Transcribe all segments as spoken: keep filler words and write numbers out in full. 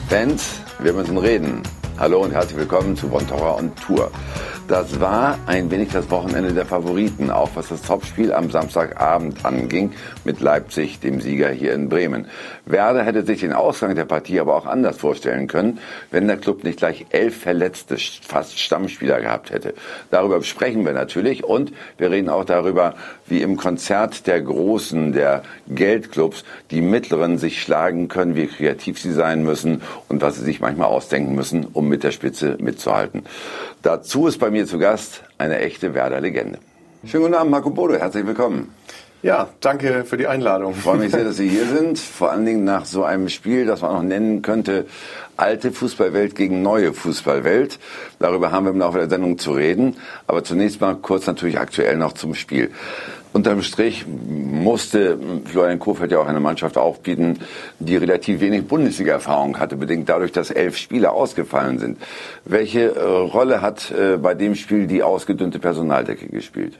Fans, wir müssen reden. Hallo und herzlich willkommen zu Von Torra on Tour. Das war ein wenig das Wochenende der Favoriten, auch was das Topspiel am Samstagabend anging mit Leipzig, dem Sieger hier in Bremen. Werder hätte sich den Ausgang der Partie aber auch anders vorstellen können, wenn der Club nicht gleich elf verletzte, fast Stammspieler gehabt hätte. Darüber sprechen wir natürlich und wir reden auch darüber, wie im Konzert der Großen, der Geldclubs, die Mittleren sich schlagen können, wie kreativ sie sein müssen und was sie sich manchmal ausdenken müssen, um mit der Spitze mitzuhalten. Dazu ist bei mir zu Gast eine echte Werder-Legende. Schönen guten Abend, Marco Bode, herzlich willkommen. Ja, danke für die Einladung. Ich freue mich sehr, dass Sie hier sind, vor allen Dingen nach so einem Spiel, das man auch nennen könnte, alte Fußballwelt gegen neue Fußballwelt. Darüber haben wir im Laufe der Sendung zu reden, aber zunächst mal kurz natürlich aktuell noch zum Spiel. Unterm Strich musste Florian Kohfeldt ja auch eine Mannschaft aufbieten, die relativ wenig Bundesliga-Erfahrung hatte, bedingt dadurch, dass elf Spieler ausgefallen sind. Welche äh, Rolle hat äh, bei dem Spiel die ausgedünnte Personaldecke gespielt?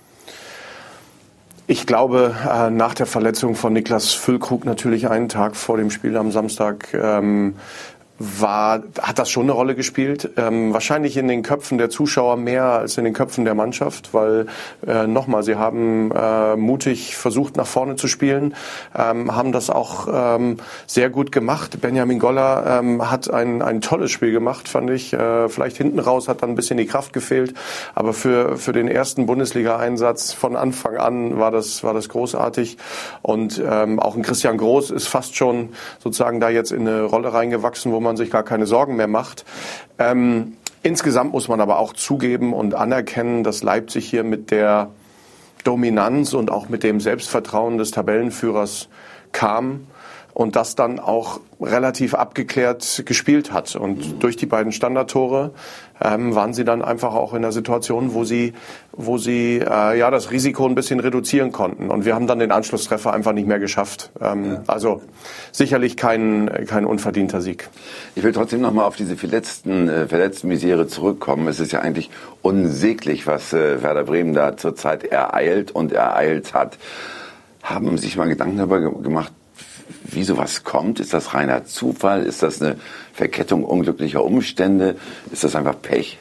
Ich glaube, äh, nach der Verletzung von Niklas Füllkrug natürlich einen Tag vor dem Spiel am Samstag ähm, war, hat das schon eine Rolle gespielt. Ähm, wahrscheinlich in den Köpfen der Zuschauer mehr als in den Köpfen der Mannschaft, weil äh, nochmal, sie haben äh, mutig versucht, nach vorne zu spielen, ähm, haben das auch ähm, sehr gut gemacht. Benjamin Goller ähm, hat ein, ein tolles Spiel gemacht, fand ich. Äh, vielleicht hinten raus hat dann ein bisschen die Kraft gefehlt, aber für für den ersten Bundesliga-Einsatz von Anfang an war das war das großartig. Und ähm, auch ein Christian Groß ist fast schon sozusagen da jetzt in eine Rolle reingewachsen, wo man sich gar keine Sorgen mehr macht. Ähm, insgesamt muss man aber auch zugeben und anerkennen, dass Leipzig hier mit der Dominanz und auch mit dem Selbstvertrauen des Tabellenführers kam und das dann auch relativ abgeklärt gespielt hat. Und durch die beiden Standardtore ähm, waren sie dann einfach auch in der Situation, wo sie, wo sie äh, ja das Risiko ein bisschen reduzieren konnten. Und wir haben dann den Anschlusstreffer einfach nicht mehr geschafft. Ähm, ja. Also sicherlich kein, kein unverdienter Sieg. Ich will trotzdem noch mal auf diese verletzten, äh, verletzten Misere zurückkommen. Es ist ja eigentlich unsäglich, was äh, Werder Bremen da zurzeit ereilt und ereilt hat. Haben Sie sich mal Gedanken darüber gemacht, wie sowas kommt? Ist das reiner Zufall? Ist das eine Verkettung unglücklicher Umstände? Ist das einfach Pech?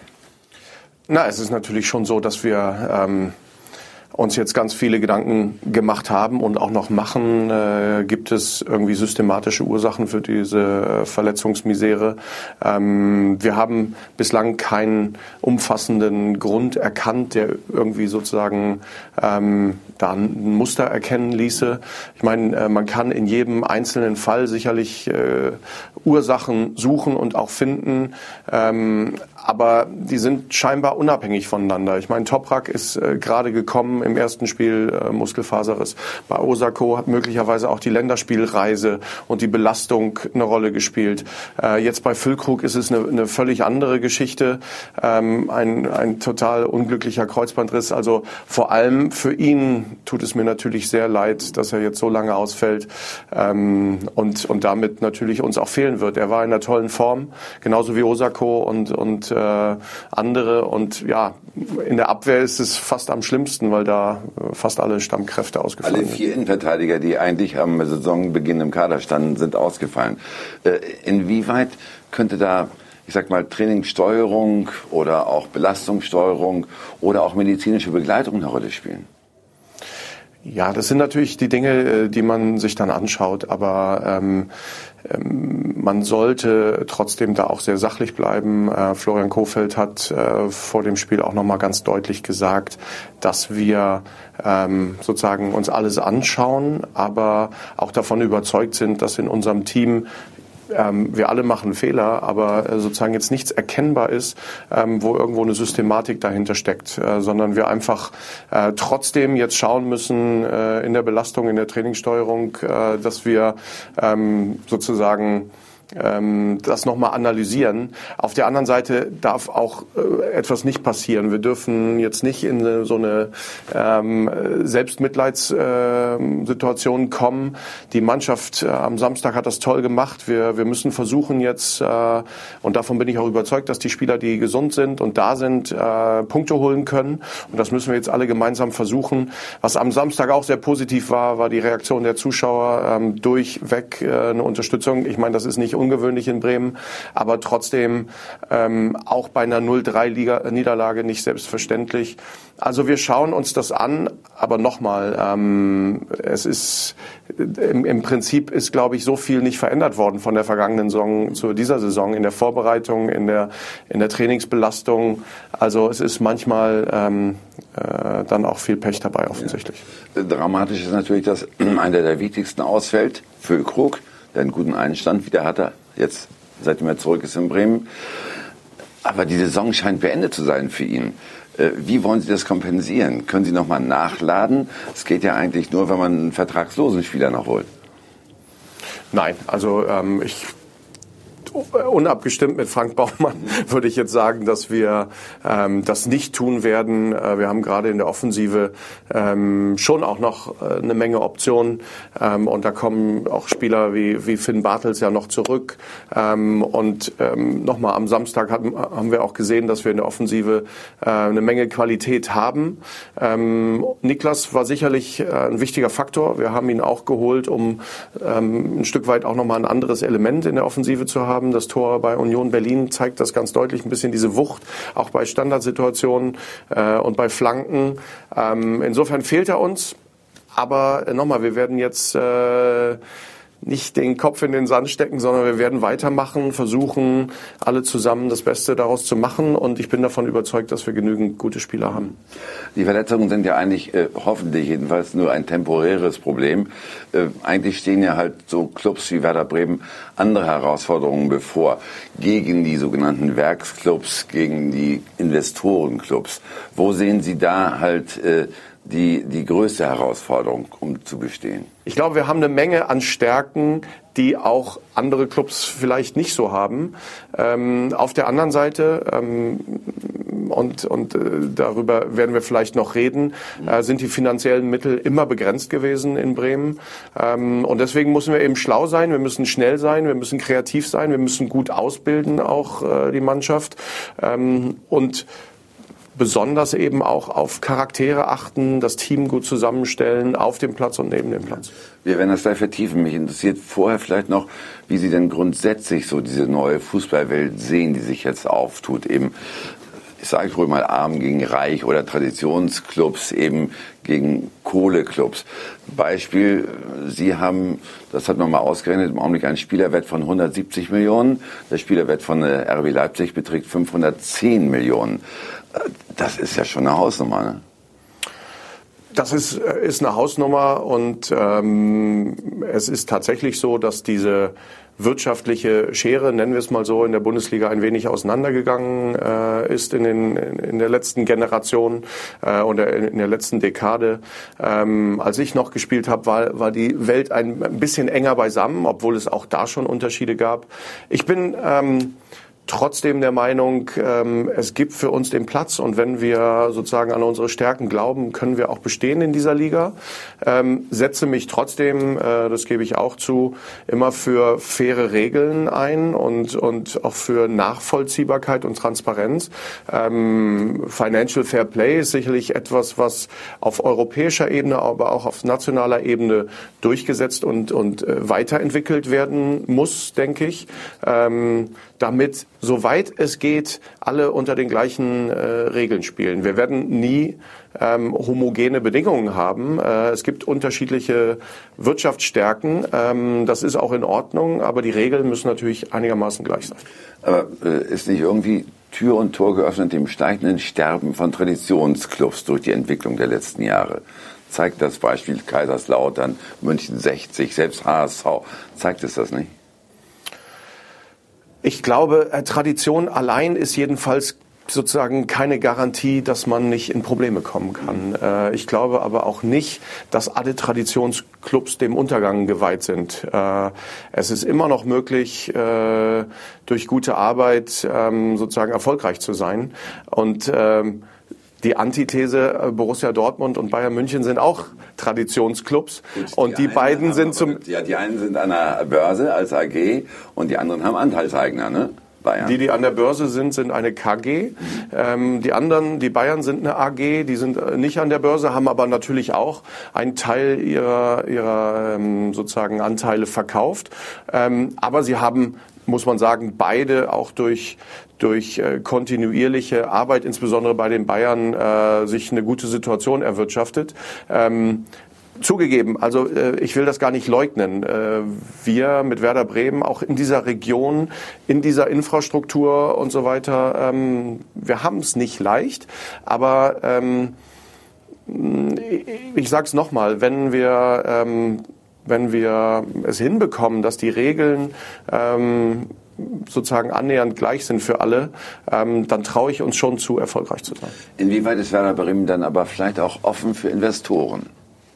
Na, es ist natürlich schon so, dass wir ähm, uns jetzt ganz viele Gedanken gemacht haben und auch noch machen. Äh, gibt es irgendwie systematische Ursachen für diese äh, Verletzungsmisere? Ähm, wir haben bislang keinen umfassenden Grund erkannt, der irgendwie sozusagen ähm, da ein Muster erkennen ließe. Ich meine, äh, man kann in jedem einzelnen Fall sicherlich äh, Ursachen suchen und auch finden, ähm, aber die sind scheinbar unabhängig voneinander. Ich meine, Toprak ist äh, gerade gekommen im ersten Spiel, äh, Muskelfaserriss. Bei Osako hat möglicherweise auch die Länderspielreise und die Belastung eine Rolle gespielt. Äh, jetzt bei Füllkrug ist es eine, eine völlig andere Geschichte, ähm, ein, ein total unglücklicher Kreuzbandriss. Also vor allem für ihn tut es mir natürlich sehr leid, dass er jetzt so lange ausfällt ähm, und, und damit natürlich uns auch fehlen wird. Er war in einer tollen Form, genauso wie Osako und, und äh, andere. Und ja, in der Abwehr ist es fast am schlimmsten, weil da äh, fast alle Stammkräfte ausgefallen sind. Alle vier Innenverteidiger, die eigentlich am Saisonbeginn im Kader standen, sind ausgefallen. Äh, inwieweit könnte da, ich sag mal, Trainingssteuerung oder auch Belastungssteuerung oder auch medizinische Begleitung eine Rolle spielen? Ja, das sind natürlich die Dinge, die man sich dann anschaut, aber ähm, ähm, man sollte trotzdem da auch sehr sachlich bleiben. Äh, Florian Kohfeldt hat äh, vor dem Spiel auch nochmal ganz deutlich gesagt, dass wir ähm, sozusagen uns alles anschauen, aber auch davon überzeugt sind, dass in unserem Team Ähm, wir alle machen Fehler, aber äh, sozusagen jetzt nichts erkennbar ist, ähm, wo irgendwo eine Systematik dahinter steckt, äh, sondern wir einfach äh, trotzdem jetzt schauen müssen äh, in der Belastung, in der Trainingssteuerung, äh, dass wir ähm, sozusagen ähm, das nochmal analysieren. Auf der anderen Seite darf auch äh, etwas nicht passieren. Wir dürfen jetzt nicht in eine, so eine ähm, Selbstmitleidssituation äh, kommen. Die Mannschaft äh, am Samstag hat das toll gemacht. Wir, wir müssen versuchen jetzt, äh, und davon bin ich auch überzeugt, dass die Spieler, die gesund sind und da sind, äh, Punkte holen können. Und das müssen wir jetzt alle gemeinsam versuchen. Was am Samstag auch sehr positiv war, war die Reaktion der Zuschauer, ähm, durchweg äh, eine Unterstützung. Ich meine, das ist nicht nicht ungewöhnlich in Bremen, aber trotzdem ähm, auch bei einer null drei Niederlage nicht selbstverständlich. Also wir schauen uns das an, aber nochmal, ähm, es ist im, im Prinzip ist, glaube ich, so viel nicht verändert worden von der vergangenen Saison zu dieser Saison, in der Vorbereitung, in der in der Trainingsbelastung. Also es ist manchmal ähm, äh, dann auch viel Pech dabei offensichtlich. Ja. Dramatisch ist natürlich, dass einer der wichtigsten ausfällt, Füllkrug, der einen guten Einstand wieder hatte, jetzt seitdem er zurück ist in Bremen. Aber die Saison scheint beendet zu sein für ihn. Wie wollen Sie das kompensieren? Können Sie nochmal nachladen? Es geht ja eigentlich nur, wenn man einen vertragslosen Spieler noch holt. Nein, also ähm, ich unabgestimmt mit Frank Baumann würde ich jetzt sagen, dass wir ähm, das nicht tun werden. Äh, wir haben gerade in der Offensive ähm, schon auch noch äh, eine Menge Optionen ähm, und da kommen auch Spieler wie, wie Finn Bartels ja noch zurück. Ähm, und ähm, nochmal am Samstag hatten, haben wir auch gesehen, dass wir in der Offensive äh, eine Menge Qualität haben. Ähm, Niklas war sicherlich äh, ein wichtiger Faktor. Wir haben ihn auch geholt, um ähm, ein Stück weit auch nochmal ein anderes Element in der Offensive zu haben. Das Tor bei Union Berlin zeigt das ganz deutlich, ein bisschen diese Wucht, auch bei Standardsituationen äh, und bei Flanken. Ähm, insofern fehlt er uns, aber äh, nochmal, wir werden jetzt äh, nicht den Kopf in den Sand stecken, sondern wir werden weitermachen, versuchen, alle zusammen das Beste daraus zu machen und ich bin davon überzeugt, dass wir genügend gute Spieler haben. Die Verletzungen sind ja eigentlich, äh, hoffentlich jedenfalls, nur ein temporäres Problem. Äh, eigentlich stehen ja halt so Clubs wie Werder Bremen andere Herausforderungen bevor, gegen die sogenannten Werksclubs, gegen die Investorenclubs. Wo sehen Sie da halt äh, die, die größte Herausforderung, um zu bestehen? Ich glaube, wir haben eine Menge an Stärken, die auch andere Clubs vielleicht nicht so haben. Ähm, auf der anderen Seite, ähm, und, und äh, darüber werden wir vielleicht noch reden, äh, sind die finanziellen Mittel immer begrenzt gewesen in Bremen. Ähm, und deswegen müssen wir eben schlau sein, wir müssen schnell sein, wir müssen kreativ sein, wir müssen gut ausbilden, auch äh, die Mannschaft. Ähm, und besonders eben auch auf Charaktere achten, das Team gut zusammenstellen, auf dem Platz und neben dem Platz. Wir werden das gleich vertiefen. Mich interessiert vorher vielleicht noch, wie Sie denn grundsätzlich so diese neue Fußballwelt sehen, die sich jetzt auftut. Eben, ich sage ruhig mal, arm gegen reich oder Traditionsclubs eben gegen Kohleclubs. Beispiel, Sie haben, das hat man mal ausgerechnet, im Augenblick einen Spielerwert von hundertsiebzig Millionen. Der Spielerwert von R B Leipzig beträgt fünfhundertzehn Millionen. Das ist ja schon eine Hausnummer, ne? Das ist, ist eine Hausnummer und ähm, es ist tatsächlich so, dass diese wirtschaftliche Schere, nennen wir es mal so, in der Bundesliga ein wenig auseinandergegangen äh, ist in, den, in der letzten Generation äh, oder in der letzten Dekade. Ähm, als ich noch gespielt habe, war, war die Welt ein bisschen enger beisammen, obwohl es auch da schon Unterschiede gab. Ich bin ähm, trotzdem der Meinung, ähm, es gibt für uns den Platz und wenn wir sozusagen an unsere Stärken glauben, können wir auch bestehen in dieser Liga. Ähm, setze mich trotzdem, äh, das gebe ich auch zu, immer für faire Regeln ein und und auch für Nachvollziehbarkeit und Transparenz. Ähm, Financial Fair Play ist sicherlich etwas, was auf europäischer Ebene, aber auch auf nationaler Ebene durchgesetzt und und äh, weiterentwickelt werden muss, denke ich, ähm, damit soweit es geht, alle unter den gleichen äh, Regeln spielen. Wir werden nie ähm, homogene Bedingungen haben. Äh, es gibt unterschiedliche Wirtschaftsstärken. Ähm, das ist auch in Ordnung, aber die Regeln müssen natürlich einigermaßen gleich sein. Aber äh, ist nicht irgendwie Tür und Tor geöffnet dem steigenden Sterben von Traditionsclubs durch die Entwicklung der letzten Jahre? Zeigt das Beispiel Kaiserslautern, München sechzig, selbst H S V. Zeigt es das nicht? Ich glaube, Tradition allein ist jedenfalls sozusagen keine Garantie, dass man nicht in Probleme kommen kann. Ich glaube aber auch nicht, dass alle Traditionsclubs dem Untergang geweiht sind. Es ist immer noch möglich, durch gute Arbeit sozusagen erfolgreich zu sein. Und die Antithese, Borussia Dortmund und Bayern München sind auch Traditionsclubs. Gut, und die, die beiden sind zum... Ja, die einen sind an der Börse als A G und die anderen haben Anteilseigner, ne? Bayern. Die, die an der Börse sind, sind eine K G. Mhm. Ähm, die anderen, die Bayern, sind eine A G, die sind nicht an der Börse, haben aber natürlich auch einen Teil ihrer, ihrer ähm, sozusagen Anteile verkauft. Ähm, aber sie haben, muss man sagen, beide auch durch durch äh, kontinuierliche Arbeit, insbesondere bei den Bayern, äh, sich eine gute Situation erwirtschaftet. Ähm, Zugegeben, also äh, ich will das gar nicht leugnen. Äh, wir mit Werder Bremen, auch in dieser Region, in dieser Infrastruktur und so weiter, ähm, wir haben es nicht leicht. Aber ähm, ich, ich sage es nochmal, wenn wir, ähm, wenn wir es hinbekommen, dass die Regeln ähm, sozusagen annähernd gleich sind für alle, ähm, dann traue ich uns schon zu, erfolgreich zu sein. Inwieweit ist Werder Bremen dann aber vielleicht auch offen für Investoren?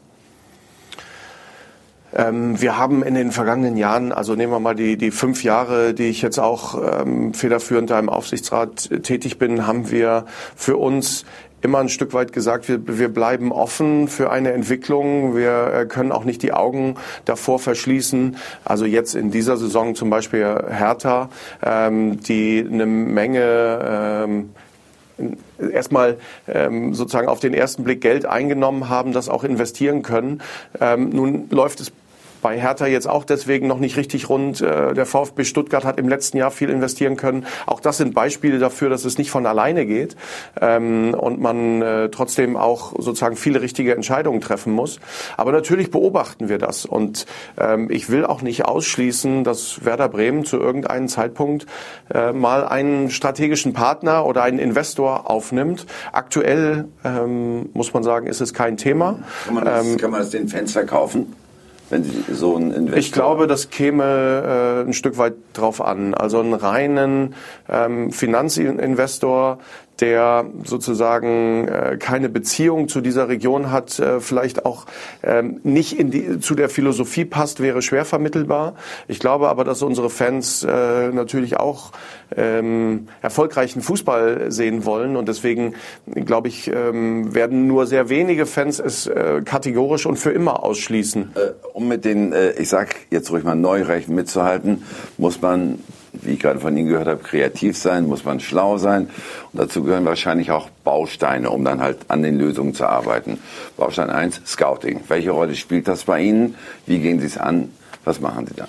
Ähm, wir haben in den vergangenen Jahren, also nehmen wir mal die, die fünf Jahre, die ich jetzt auch ähm, federführend da im Aufsichtsrat tätig bin, haben wir für uns immer ein Stück weit gesagt, wir, wir bleiben offen für eine Entwicklung. Wir können auch nicht die Augen davor verschließen. Also jetzt in dieser Saison zum Beispiel Hertha, ähm, die eine Menge ähm, erstmal ähm, sozusagen auf den ersten Blick Geld eingenommen haben, das auch investieren können. Ähm, nun läuft es bei Hertha jetzt auch deswegen noch nicht richtig rund. Der VfB Stuttgart hat im letzten Jahr viel investieren können. Auch das sind Beispiele dafür, dass es nicht von alleine geht und man trotzdem auch sozusagen viele richtige Entscheidungen treffen muss. Aber natürlich beobachten wir das und ich will auch nicht ausschließen, dass Werder Bremen zu irgendeinem Zeitpunkt mal einen strategischen Partner oder einen Investor aufnimmt. Aktuell muss man sagen, ist es kein Thema. Kann man das, kann man das den Fans verkaufen? Wenn Sie so einen Investor... Ich glaube, das käme äh, ein Stück weit drauf an. Also einen reinen ähm, Finanzinvestor, der sozusagen äh, keine Beziehung zu dieser Region hat, äh, vielleicht auch ähm, nicht in die, zu der Philosophie passt, wäre schwer vermittelbar. Ich glaube aber, dass unsere Fans äh, natürlich auch ähm, erfolgreichen Fußball sehen wollen und deswegen, glaube ich, ähm, werden nur sehr wenige Fans es äh, kategorisch und für immer ausschließen. Äh, um mit den, äh, ich sag jetzt ruhig mal Neureichen mitzuhalten, muss man, wie ich gerade von Ihnen gehört habe, kreativ sein, muss man schlau sein. Und dazu gehören wahrscheinlich auch Bausteine, um dann halt an den Lösungen zu arbeiten. Baustein eins, Scouting. Welche Rolle spielt das bei Ihnen? Wie gehen Sie es an? Was machen Sie da?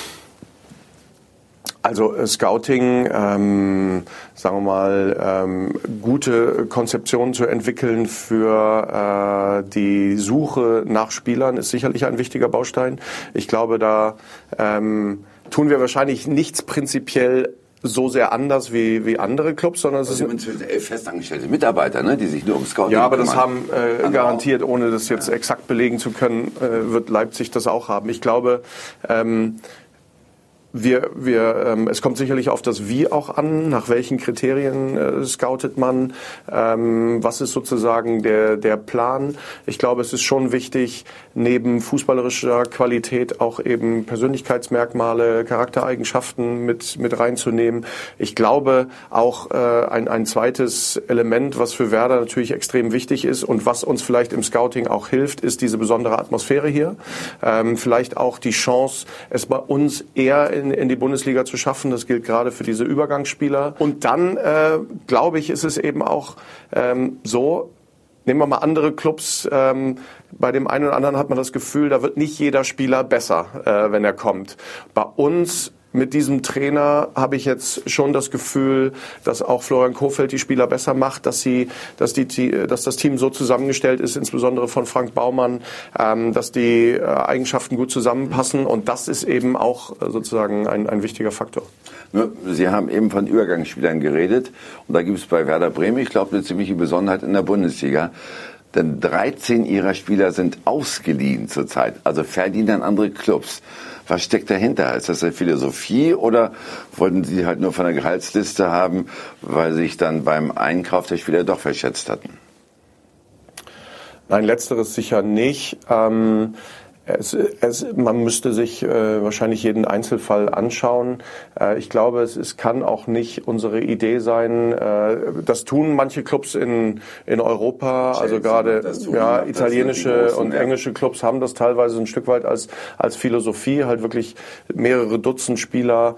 Also äh, Scouting, ähm, sagen wir mal, ähm, gute Konzeptionen zu entwickeln für äh, die Suche nach Spielern ist sicherlich ein wichtiger Baustein. Ich glaube, da ähm, tun wir wahrscheinlich nichts prinzipiell so sehr anders wie wie andere Clubs, sondern es also ist inzwischen elf festangestellte Mitarbeiter, ne, die sich nur um Scouting ja, aber kümmern. das haben äh, garantiert, ohne das jetzt ja. exakt belegen zu können, äh, wird Leipzig das auch haben. Ich glaube, ähm, Wir, wir, ähm, es kommt sicherlich auf das Wie auch an, nach welchen Kriterien äh, scoutet man, ähm, was ist sozusagen der, der Plan. Ich glaube, es ist schon wichtig, neben fußballerischer Qualität auch eben Persönlichkeitsmerkmale, Charaktereigenschaften mit, mit reinzunehmen. Ich glaube auch äh, ein, ein zweites Element, was für Werder natürlich extrem wichtig ist und was uns vielleicht im Scouting auch hilft, ist diese besondere Atmosphäre hier. Ähm, vielleicht auch die Chance, es bei uns eher in In, in die Bundesliga zu schaffen. Das gilt gerade für diese Übergangsspieler. Und dann, äh, glaube ich, ist es eben auch ähm, so, nehmen wir mal andere Clubs, ähm, bei dem einen oder anderen hat man das Gefühl, da wird nicht jeder Spieler besser, äh, wenn er kommt. Bei uns mit diesem Trainer habe ich jetzt schon das Gefühl, dass auch Florian Kohfeldt die Spieler besser macht, dass sie, dass die, dass das Team so zusammengestellt ist, insbesondere von Frank Baumann, ähm, dass die äh, Eigenschaften gut zusammenpassen und das ist eben auch äh, sozusagen ein, ein wichtiger Faktor. Sie haben eben von Übergangsspielern geredet und da gibt es bei Werder Bremen, ich glaube, eine ziemliche Besonderheit in der Bundesliga. Denn dreizehn ihrer Spieler sind ausgeliehen zurzeit, also verliehen an andere Clubs. Was steckt dahinter? Ist das eine Philosophie oder wollten Sie halt nur von der Gehaltsliste haben, weil Sie sich dann beim Einkauf der Spieler doch verschätzt hatten? Nein, letzteres sicher nicht. Ähm Es, es, man müsste sich äh, wahrscheinlich jeden Einzelfall anschauen. Äh, ich glaube, es, es kann auch nicht unsere Idee sein. Äh, das tun manche Clubs in, in Europa, Chelsea, also gerade ja, italienische großen, und ja. englische Clubs haben das teilweise ein Stück weit als, als Philosophie, halt wirklich mehrere Dutzend Spieler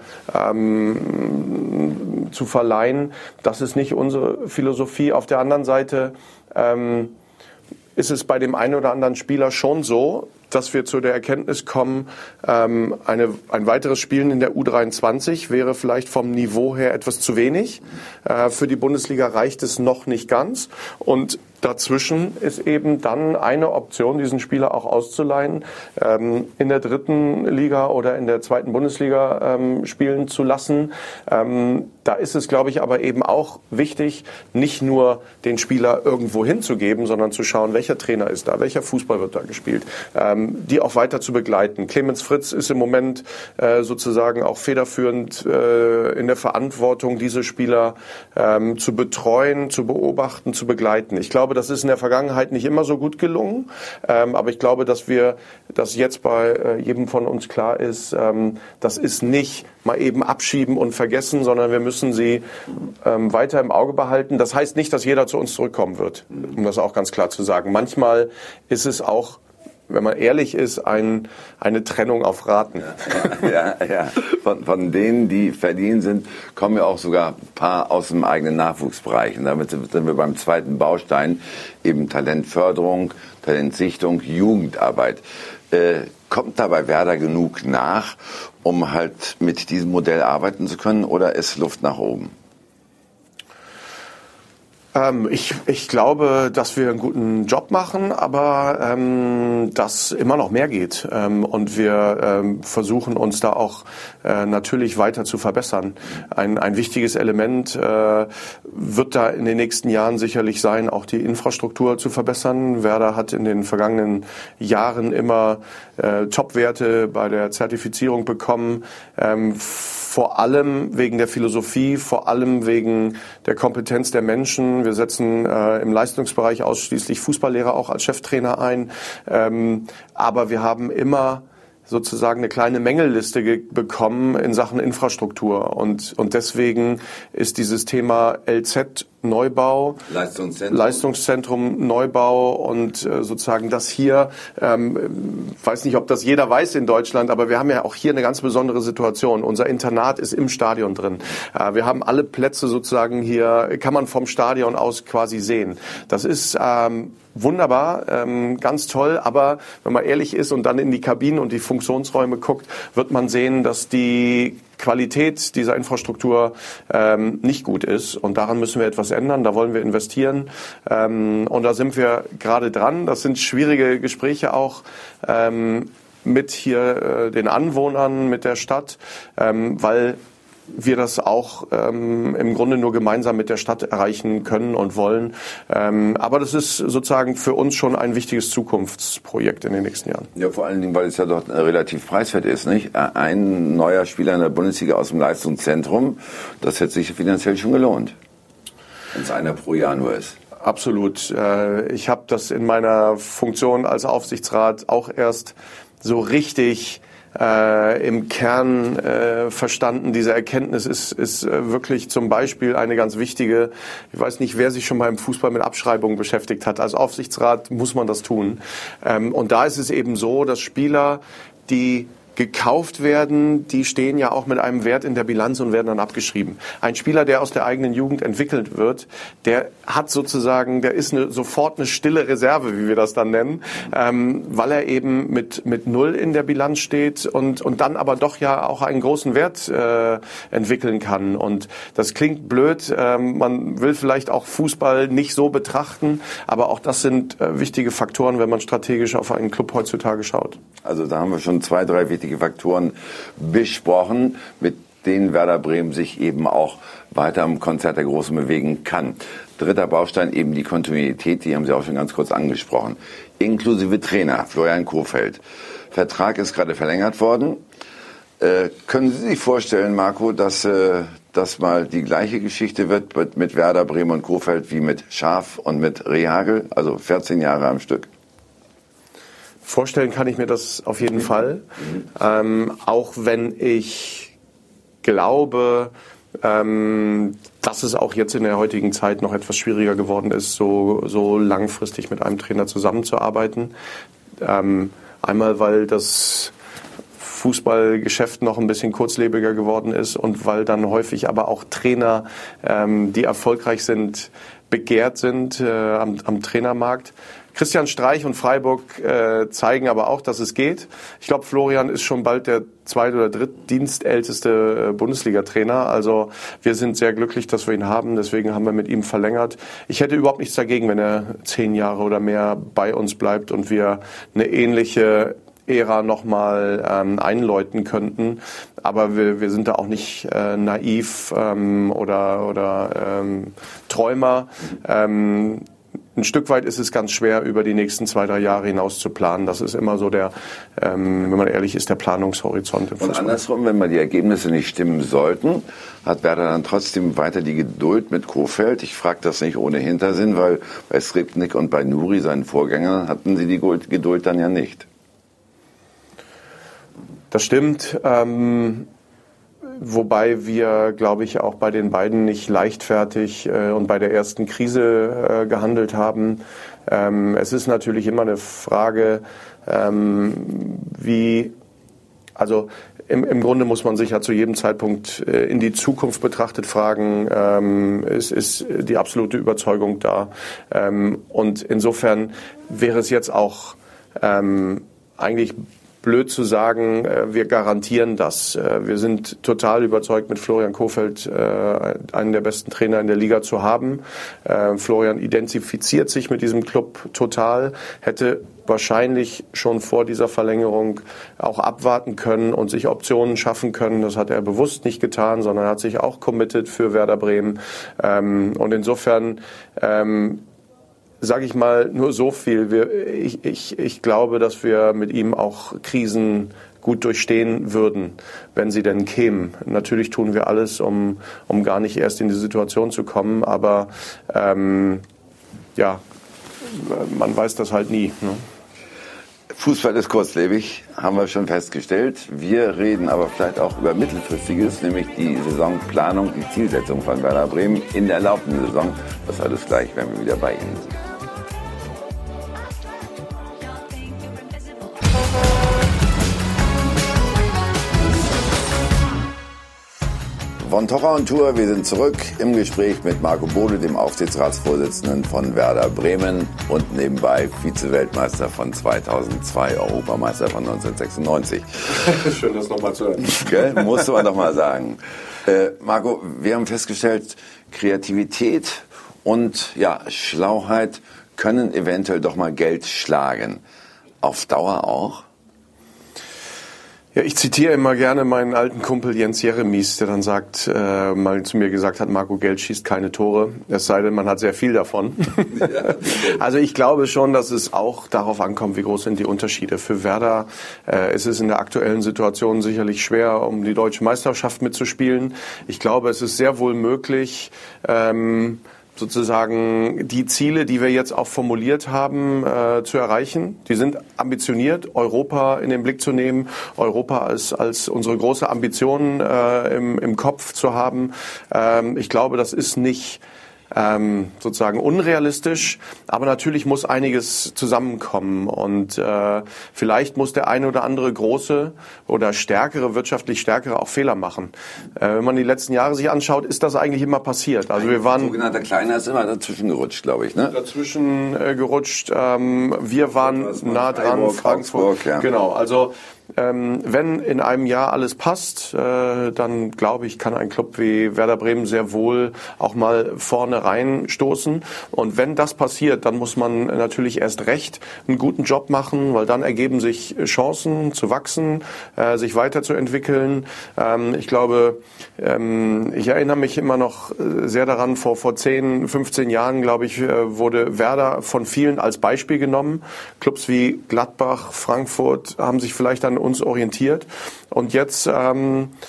ähm, zu verleihen. Das ist nicht unsere Philosophie. Auf der anderen Seite ähm, ist es bei dem einen oder anderen Spieler schon so, dass wir zu der Erkenntnis kommen, ähm, eine, ein weiteres Spielen in der U dreiundzwanzig wäre vielleicht vom Niveau her etwas zu wenig. Äh, für die Bundesliga reicht es noch nicht ganz. Und dazwischen ist eben dann eine Option, diesen Spieler auch auszuleihen, ähm, in der dritten Liga oder in der zweiten Bundesliga ähm, spielen zu lassen. Ähm, da ist es, glaube ich, aber eben auch wichtig, nicht nur den Spieler irgendwo hinzugeben, sondern zu schauen, welcher Trainer ist da, welcher Fußball wird da gespielt, ähm, die auch weiter zu begleiten. Clemens Fritz ist im Moment äh, sozusagen auch federführend äh, in der Verantwortung, diese Spieler ähm, zu betreuen, zu beobachten, zu begleiten. Ich glaube, das ist in der Vergangenheit nicht immer so gut gelungen, ähm, aber ich glaube, dass wir, dass jetzt bei äh, jedem von uns klar ist, ähm, das ist nicht mal eben abschieben und vergessen, sondern wir müssen sie ähm, weiter im Auge behalten. Das heißt nicht, dass jeder zu uns zurückkommen wird, um das auch ganz klar zu sagen. Manchmal ist es auch, wenn man ehrlich ist, ein, eine Trennung auf Raten. Ja, ja, ja. Von, von denen, die verliehen sind, kommen ja auch sogar ein paar aus dem eigenen Nachwuchsbereich. Und damit sind wir beim zweiten Baustein, eben Talentförderung, Talentsichtung, Jugendarbeit. Äh, kommt da bei Werder genug nach, um halt mit diesem Modell arbeiten zu können, oder ist Luft nach oben? Ähm, ich, ich glaube, dass wir einen guten Job machen, aber ähm, dass immer noch mehr geht. Ähm, und wir ähm, versuchen uns da auch äh, natürlich weiter zu verbessern. Ein, ein wichtiges Element äh, wird da in den nächsten Jahren sicherlich sein, auch die Infrastruktur zu verbessern. Werder hat in den vergangenen Jahren immer äh, Top-Werte bei der Zertifizierung bekommen. Ähm, Vor allem wegen der Philosophie, vor allem wegen der Kompetenz der Menschen. Wir setzen äh, im Leistungsbereich ausschließlich Fußballlehrer auch als Cheftrainer ein. Ähm, aber wir haben immer sozusagen eine kleine Mängelliste ge- bekommen in Sachen Infrastruktur. Und, und deswegen ist dieses Thema L Z Neubau, Leistungszentrum, Leistungszentrum Neubau und äh, sozusagen das hier, ähm, weiß nicht, ob das jeder weiß in Deutschland, aber wir haben ja auch hier eine ganz besondere Situation. Unser Internat ist im Stadion drin. Äh, wir haben alle Plätze sozusagen hier, kann man vom Stadion aus quasi sehen. Das ist ähm, wunderbar, ähm, ganz toll, aber wenn man ehrlich ist und dann in die Kabinen und die Funktionsräume guckt, wird man sehen, dass die Qualität dieser Infrastruktur ähm, nicht gut ist, und daran müssen wir etwas ändern, da wollen wir investieren, ähm, und da sind wir gerade dran. Das sind schwierige Gespräche auch ähm, mit hier äh, den Anwohnern, mit der Stadt, ähm, weil wir das auch ähm, im Grunde nur gemeinsam mit der Stadt erreichen können und wollen. Ähm, aber das ist sozusagen für uns schon ein wichtiges Zukunftsprojekt in den nächsten Jahren. Ja, vor allen Dingen, weil es ja dort relativ preiswert ist, nicht? Ein neuer Spieler in der Bundesliga aus dem Leistungszentrum, das hätte sich finanziell schon gelohnt, wenn es einer pro Jahr nur ist. Absolut. Ich habe das in meiner Funktion als Aufsichtsrat auch erst so richtig Äh, im Kern äh, verstanden. Diese Erkenntnis ist, ist äh, wirklich zum Beispiel eine ganz wichtige. Ich weiß nicht, wer sich schon mal im Fußball mit Abschreibungen beschäftigt hat. Als Aufsichtsrat muss man das tun. Ähm, und da ist es eben so, dass Spieler, die gekauft werden, die stehen ja auch mit einem Wert in der Bilanz und werden dann abgeschrieben. Ein Spieler, der aus der eigenen Jugend entwickelt wird, der hat sozusagen, der ist eine, sofort eine stille Reserve, wie wir das dann nennen, ähm, weil er eben mit mit null in der Bilanz steht und und dann aber doch ja auch einen großen Wert äh, entwickeln kann. Und das klingt blöd, ähm, man will vielleicht auch Fußball nicht so betrachten, aber auch das sind äh, wichtige Faktoren, wenn man strategisch auf einen Club heutzutage schaut. Also da haben wir schon zwei, drei wichtige Faktoren besprochen, mit denen Werder Bremen sich eben auch weiter im Konzert der Großen bewegen kann. Dritter Baustein eben die Kontinuität, die haben Sie auch schon ganz kurz angesprochen. Inklusive Trainer, Florian Kohfeldt. Vertrag ist gerade verlängert worden. Äh, können Sie sich vorstellen, Marco, dass äh, das mal die gleiche Geschichte wird mit, mit Werder Bremen und Kohfeldt wie mit Schaaf und mit Rehagel, also vierzehn Jahre am Stück? Vorstellen kann ich mir das auf jeden Fall. Ähm, auch wenn ich glaube, ähm, dass es auch jetzt in der heutigen Zeit noch etwas schwieriger geworden ist, so, so langfristig mit einem Trainer zusammenzuarbeiten. Ähm, einmal, weil das Fußballgeschäft noch ein bisschen kurzlebiger geworden ist und weil dann häufig aber auch Trainer, ähm, die erfolgreich sind, begehrt sind äh, am, am Trainermarkt. Christian Streich und Freiburg äh, zeigen aber auch, dass es geht. Ich glaube, Florian ist schon bald der zweit- oder drittdienstälteste äh, Bundesliga-Trainer. Also wir sind sehr glücklich, dass wir ihn haben. Deswegen haben wir mit ihm verlängert. Ich hätte überhaupt nichts dagegen, wenn er zehn Jahre oder mehr bei uns bleibt und wir eine ähnliche Ära nochmal ähm, einläuten könnten. Aber wir, wir sind da auch nicht äh, naiv ähm, oder, oder ähm, Träumer. Ähm, Ein Stück weit ist es ganz schwer, über die nächsten zwei, drei Jahre hinaus zu planen. Das ist immer so der, ähm, wenn man ehrlich ist, der Planungshorizont im Fußball. Und andersrum, wenn mal die Ergebnisse nicht stimmen sollten, hat Werder dann trotzdem weiter die Geduld mit Kohfeldt. Ich frage das nicht ohne Hintersinn, weil bei Skripnik und bei Nuri, seinen Vorgängern, hatten sie die Geduld dann ja nicht. Das stimmt. Ähm Wobei wir, glaube ich, auch bei den beiden nicht leichtfertig äh, und bei der ersten Krise äh, gehandelt haben. Ähm, es ist natürlich immer eine Frage, ähm, wie, also im, im Grunde muss man sich ja zu jedem Zeitpunkt äh, in die Zukunft betrachtet fragen, ähm, ist, ist die absolute Überzeugung da. Ähm, und insofern wäre es jetzt auch ähm, eigentlich blöd zu sagen, wir garantieren das. Wir sind total überzeugt, mit Florian Kohfeldt einen der besten Trainer in der Liga zu haben. Florian identifiziert sich mit diesem Club total, hätte wahrscheinlich schon vor dieser Verlängerung auch abwarten können und sich Optionen schaffen können. Das hat er bewusst nicht getan, sondern hat sich auch committed für Werder Bremen. Und insofern sage ich mal nur so viel. Wir, ich, ich, ich glaube, dass wir mit ihm auch Krisen gut durchstehen würden, wenn sie denn kämen. Natürlich tun wir alles, um, um gar nicht erst in die Situation zu kommen, aber ähm, ja, man weiß das halt nie. Ne? Fußball ist kurzlebig, haben wir schon festgestellt. Wir reden aber vielleicht auch über Mittelfristiges, nämlich die Saisonplanung, die Zielsetzung von Werder Bremen in der laufenden Saison. Das alles gleich, wenn wir wieder bei Ihnen sind. Von Tocher und Tour, wir sind zurück im Gespräch mit Marco Bode, dem Aufsichtsratsvorsitzenden von Werder Bremen und nebenbei Vize-Weltmeister von zweitausendzwei, Europameister von neunzehnhundertsechsundneunzig. Schön, das nochmal zu hören. Gell? Musste man doch mal sagen. Äh, Marco, wir haben festgestellt, Kreativität und ja, Schlauheit können eventuell doch mal Geld schlagen. Auf Dauer auch? Ja, ich zitiere immer gerne meinen alten Kumpel Jens Jeremies, der dann sagt, äh, mal zu mir gesagt hat, Marco, Geld schießt keine Tore, es sei denn, man hat sehr viel davon. Also ich glaube schon, dass es auch darauf ankommt, wie groß sind die Unterschiede. Für Werder äh, ist es in der aktuellen Situation sicherlich schwer, um die deutsche Meisterschaft mitzuspielen. Ich glaube, es ist sehr wohl möglich, ähm, sozusagen die Ziele, die wir jetzt auch formuliert haben, äh, zu erreichen. Die sind ambitioniert, Europa in den Blick zu nehmen, Europa als, als unsere große Ambition äh, im, im Kopf zu haben. Ähm, ich glaube, das ist nicht ähm, sozusagen unrealistisch, aber natürlich muss einiges zusammenkommen und äh, vielleicht muss der eine oder andere große oder stärkere, wirtschaftlich stärkere auch Fehler machen. Äh, wenn man die letzten Jahre sich anschaut, ist das eigentlich immer passiert. Also wir waren, ein sogenannter Kleiner ist immer dazwischen gerutscht, glaube ich, ne? Dazwischen äh, gerutscht. Ähm, wir waren nah dran, Freiburg, Frankfurt. Augsburg, ja. Genau, also Ähm, wenn in einem Jahr alles passt, äh, dann glaube ich, kann ein Club wie Werder Bremen sehr wohl auch mal vorne reinstoßen. Und wenn das passiert, dann muss man natürlich erst recht einen guten Job machen, weil dann ergeben sich Chancen zu wachsen, äh, sich weiterzuentwickeln. Ähm, ich glaube, ähm, ich erinnere mich immer noch sehr daran, vor, vor zehn, fünfzehn Jahren, glaube ich, wurde Werder von vielen als Beispiel genommen. Clubs wie Gladbach, Frankfurt haben sich vielleicht an uns orientiert. Und jetzt ähm,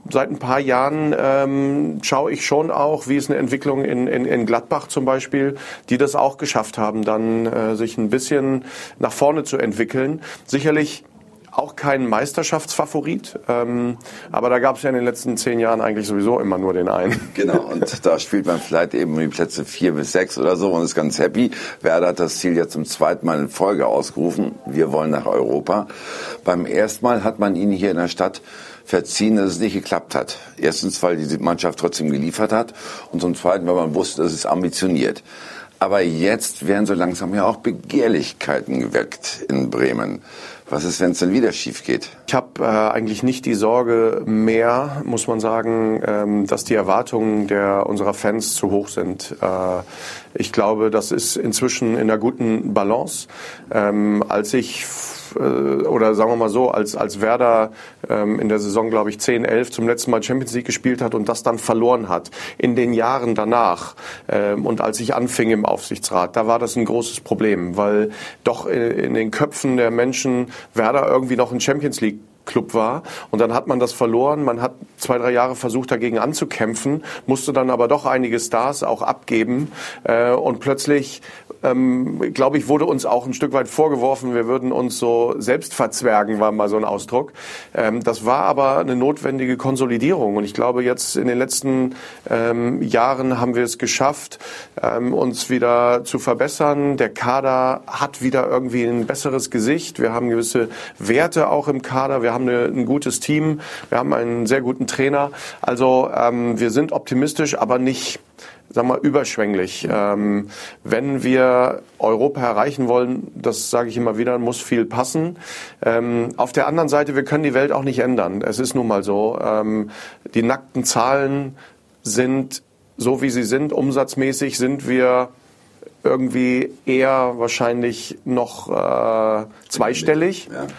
seit ein paar Jahren ähm, schaue ich schon auch, wie es eine Entwicklung in, in, in Gladbach zum Beispiel, die das auch geschafft haben, dann äh, sich ein bisschen nach vorne zu entwickeln. Sicherlich auch kein Meisterschaftsfavorit, ähm, aber da gab es ja in den letzten zehn Jahren eigentlich sowieso immer nur den einen. Genau, und da spielt man vielleicht eben um die Plätze vier bis sechs oder so und ist ganz happy. Werder hat das Ziel jetzt zum zweiten Mal in Folge ausgerufen. Wir wollen nach Europa. Beim ersten Mal hat man ihnen hier in der Stadt verziehen, dass es nicht geklappt hat. Erstens, weil die Mannschaft trotzdem geliefert hat und zum Zweiten, weil man wusste, dass es ambitioniert. Aber jetzt werden so langsam ja auch Begehrlichkeiten geweckt in Bremen. Was ist, wenn es dann wieder schief geht? Ich habe äh, eigentlich nicht die Sorge mehr, muss man sagen, ähm, dass die Erwartungen der unserer Fans zu hoch sind. Äh, ich glaube, das ist inzwischen in einer guten Balance. Ähm, als ich oder sagen wir mal so, als als Werder ähm, in der Saison, glaube ich, zehn elf zum letzten Mal Champions League gespielt hat und das dann verloren hat, in den Jahren danach ähm, und als ich anfing im Aufsichtsrat, da war das ein großes Problem, weil doch in, in den Köpfen der Menschen Werder irgendwie noch ein Champions League Club war. Und dann hat man das verloren. Man hat zwei, drei Jahre versucht, dagegen anzukämpfen, musste dann aber doch einige Stars auch abgeben. Äh, und plötzlich, ähm, glaube ich, wurde uns auch ein Stück weit vorgeworfen, wir würden uns so selbst verzwergen, war mal so ein Ausdruck. Ähm, das war aber eine notwendige Konsolidierung. Und ich glaube, jetzt in den letzten ähm, Jahren haben wir es geschafft, ähm, uns wieder zu verbessern. Der Kader hat wieder irgendwie ein besseres Gesicht. Wir haben gewisse Werte auch im Kader. Wir haben eine, ein gutes Team. Wir haben einen sehr guten Trainer. Also ähm, wir sind optimistisch, aber nicht, sagen wir, überschwänglich. Ähm, wenn wir Europa erreichen wollen, das sage ich immer wieder, muss viel passen. Ähm, auf der anderen Seite, wir können die Welt auch nicht ändern. Es ist nun mal so. Ähm, die nackten Zahlen sind so, wie sie sind. Umsatzmäßig sind wir irgendwie eher wahrscheinlich noch äh, zweistellig. Ja.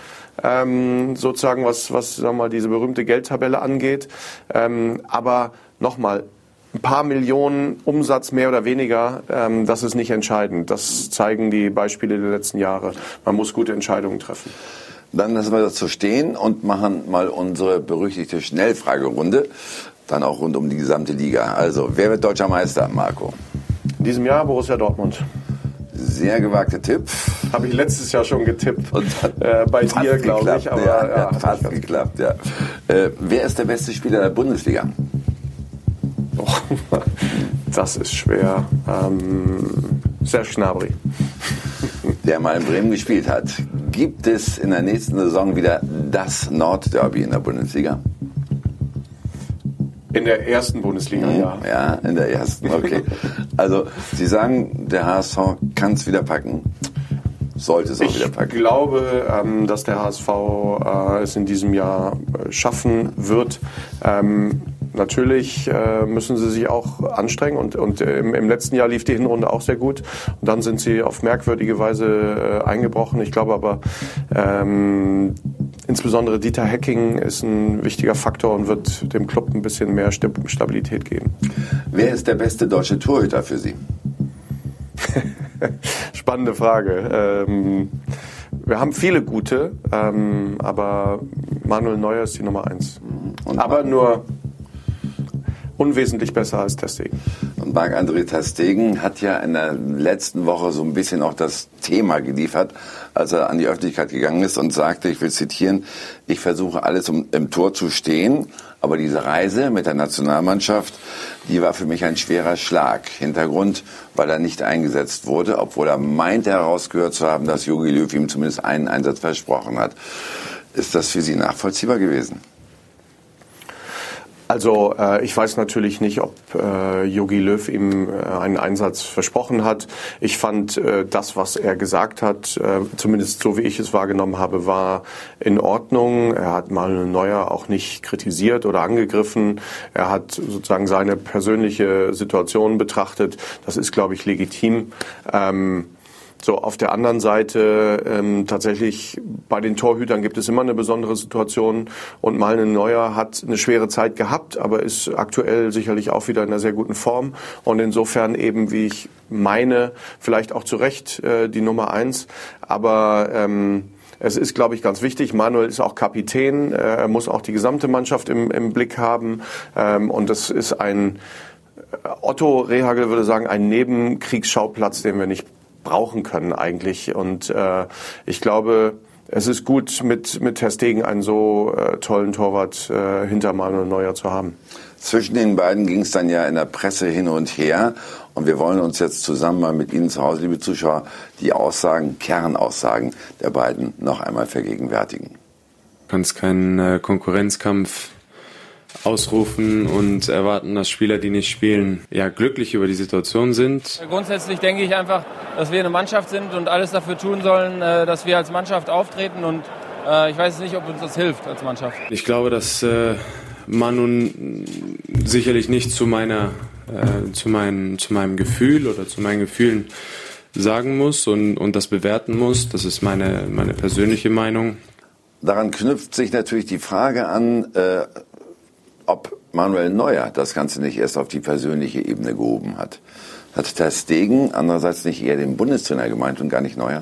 Ähm, sozusagen was, was sagen wir mal, diese berühmte Geldtabelle angeht. Ähm, aber nochmal, ein paar Millionen Umsatz mehr oder weniger, ähm, das ist nicht entscheidend. Das zeigen die Beispiele der letzten Jahre. Man muss gute Entscheidungen treffen. Dann lassen wir das so stehen und machen mal unsere berüchtigte Schnellfragerunde. Dann auch rund um die gesamte Liga. Also, wer wird deutscher Meister, Marco? In diesem Jahr Borussia Dortmund. Sehr gewagter Tipp. Habe ich letztes Jahr schon getippt. Und äh, bei dir, glaube ich. Aber, ja, ja, ja, hat fast geklappt, ja. Äh, wer ist der beste Spieler der Bundesliga? Oh, das ist schwer. Ähm, Serge Gnabry. Der mal in Bremen gespielt hat. Gibt es in der nächsten Saison wieder das Nordderby in der Bundesliga? In der ersten Bundesliga, mhm, ja. Ja, in der ersten, okay. Also, Sie sagen, der H S V kann es wieder packen. Sollte es auch ich wieder packen. Ich glaube, ähm, dass der H S V äh, es in diesem Jahr äh, schaffen wird. Ähm, Natürlich äh, müssen sie sich auch anstrengen und, und im, im letzten Jahr lief die Hinrunde auch sehr gut und dann sind sie auf merkwürdige Weise äh, eingebrochen. Ich glaube aber, ähm, insbesondere Dieter Hecking ist ein wichtiger Faktor und wird dem Club ein bisschen mehr Stabilität geben. Wer ist der beste deutsche Torhüter für Sie? Spannende Frage. Ähm, wir haben viele gute, ähm, aber Manuel Neuer ist die Nummer eins. Und aber nur unwesentlich besser als Ter Stegen. Und Marc-André Ter Stegen hat ja in der letzten Woche so ein bisschen auch das Thema geliefert, als er an die Öffentlichkeit gegangen ist und sagte, ich will zitieren, ich versuche alles, um im Tor zu stehen, aber diese Reise mit der Nationalmannschaft, die war für mich ein schwerer Schlag. Hintergrund, weil er nicht eingesetzt wurde, obwohl er meint, herausgehört zu haben, dass Jogi Löw ihm zumindest einen Einsatz versprochen hat. Ist das für Sie nachvollziehbar gewesen? Also äh, ich weiß natürlich nicht, ob äh, Jogi Löw ihm äh, einen Einsatz versprochen hat. Ich fand äh, das, was er gesagt hat, äh, zumindest so wie ich es wahrgenommen habe, war in Ordnung. Er hat Manuel Neuer auch nicht kritisiert oder angegriffen. Er hat sozusagen seine persönliche Situation betrachtet. Das ist, glaube ich, legitim. Ähm, So, auf der anderen Seite ähm, tatsächlich bei den Torhütern gibt es immer eine besondere Situation und Manuel Neuer hat eine schwere Zeit gehabt, aber ist aktuell sicherlich auch wieder in einer sehr guten Form und insofern eben, wie ich meine, vielleicht auch zu Recht äh, die Nummer eins, aber ähm, es ist, glaube ich, ganz wichtig. Manuel ist auch Kapitän, er muss auch die gesamte Mannschaft im, im Blick haben. Und das ist ein, Otto Rehhagel würde sagen, ein Nebenkriegsschauplatz, den wir nicht brauchen können eigentlich. Und äh, ich glaube, es ist gut, mit, mit Ter Stegen einen so äh, tollen Torwart äh, hinter Manuel Neuer zu haben. Zwischen den beiden ging es dann ja in der Presse hin und her. Und wir wollen uns jetzt zusammen mal mit Ihnen zu Hause, liebe Zuschauer, die Aussagen, Kernaussagen der beiden noch einmal vergegenwärtigen. Du kannst keinen äh, Konkurrenzkampf ausrufen und erwarten, dass Spieler, die nicht spielen, ja glücklich über die Situation sind. Grundsätzlich denke ich einfach, dass wir eine Mannschaft sind und alles dafür tun sollen, dass wir als Mannschaft auftreten. Und äh, ich weiß nicht, ob uns das hilft als Mannschaft. Ich glaube, dass äh, Manu sicherlich nicht zu meiner, äh, zu, mein, zu meinem Gefühl oder zu meinen Gefühlen sagen muss und, und das bewerten muss. Das ist meine, meine persönliche Meinung. Daran knüpft sich natürlich die Frage an, äh, ob Manuel Neuer das Ganze nicht erst auf die persönliche Ebene gehoben hat. Hat Ter Stegen andererseits nicht eher den Bundestrainer gemeint und gar nicht Neuer?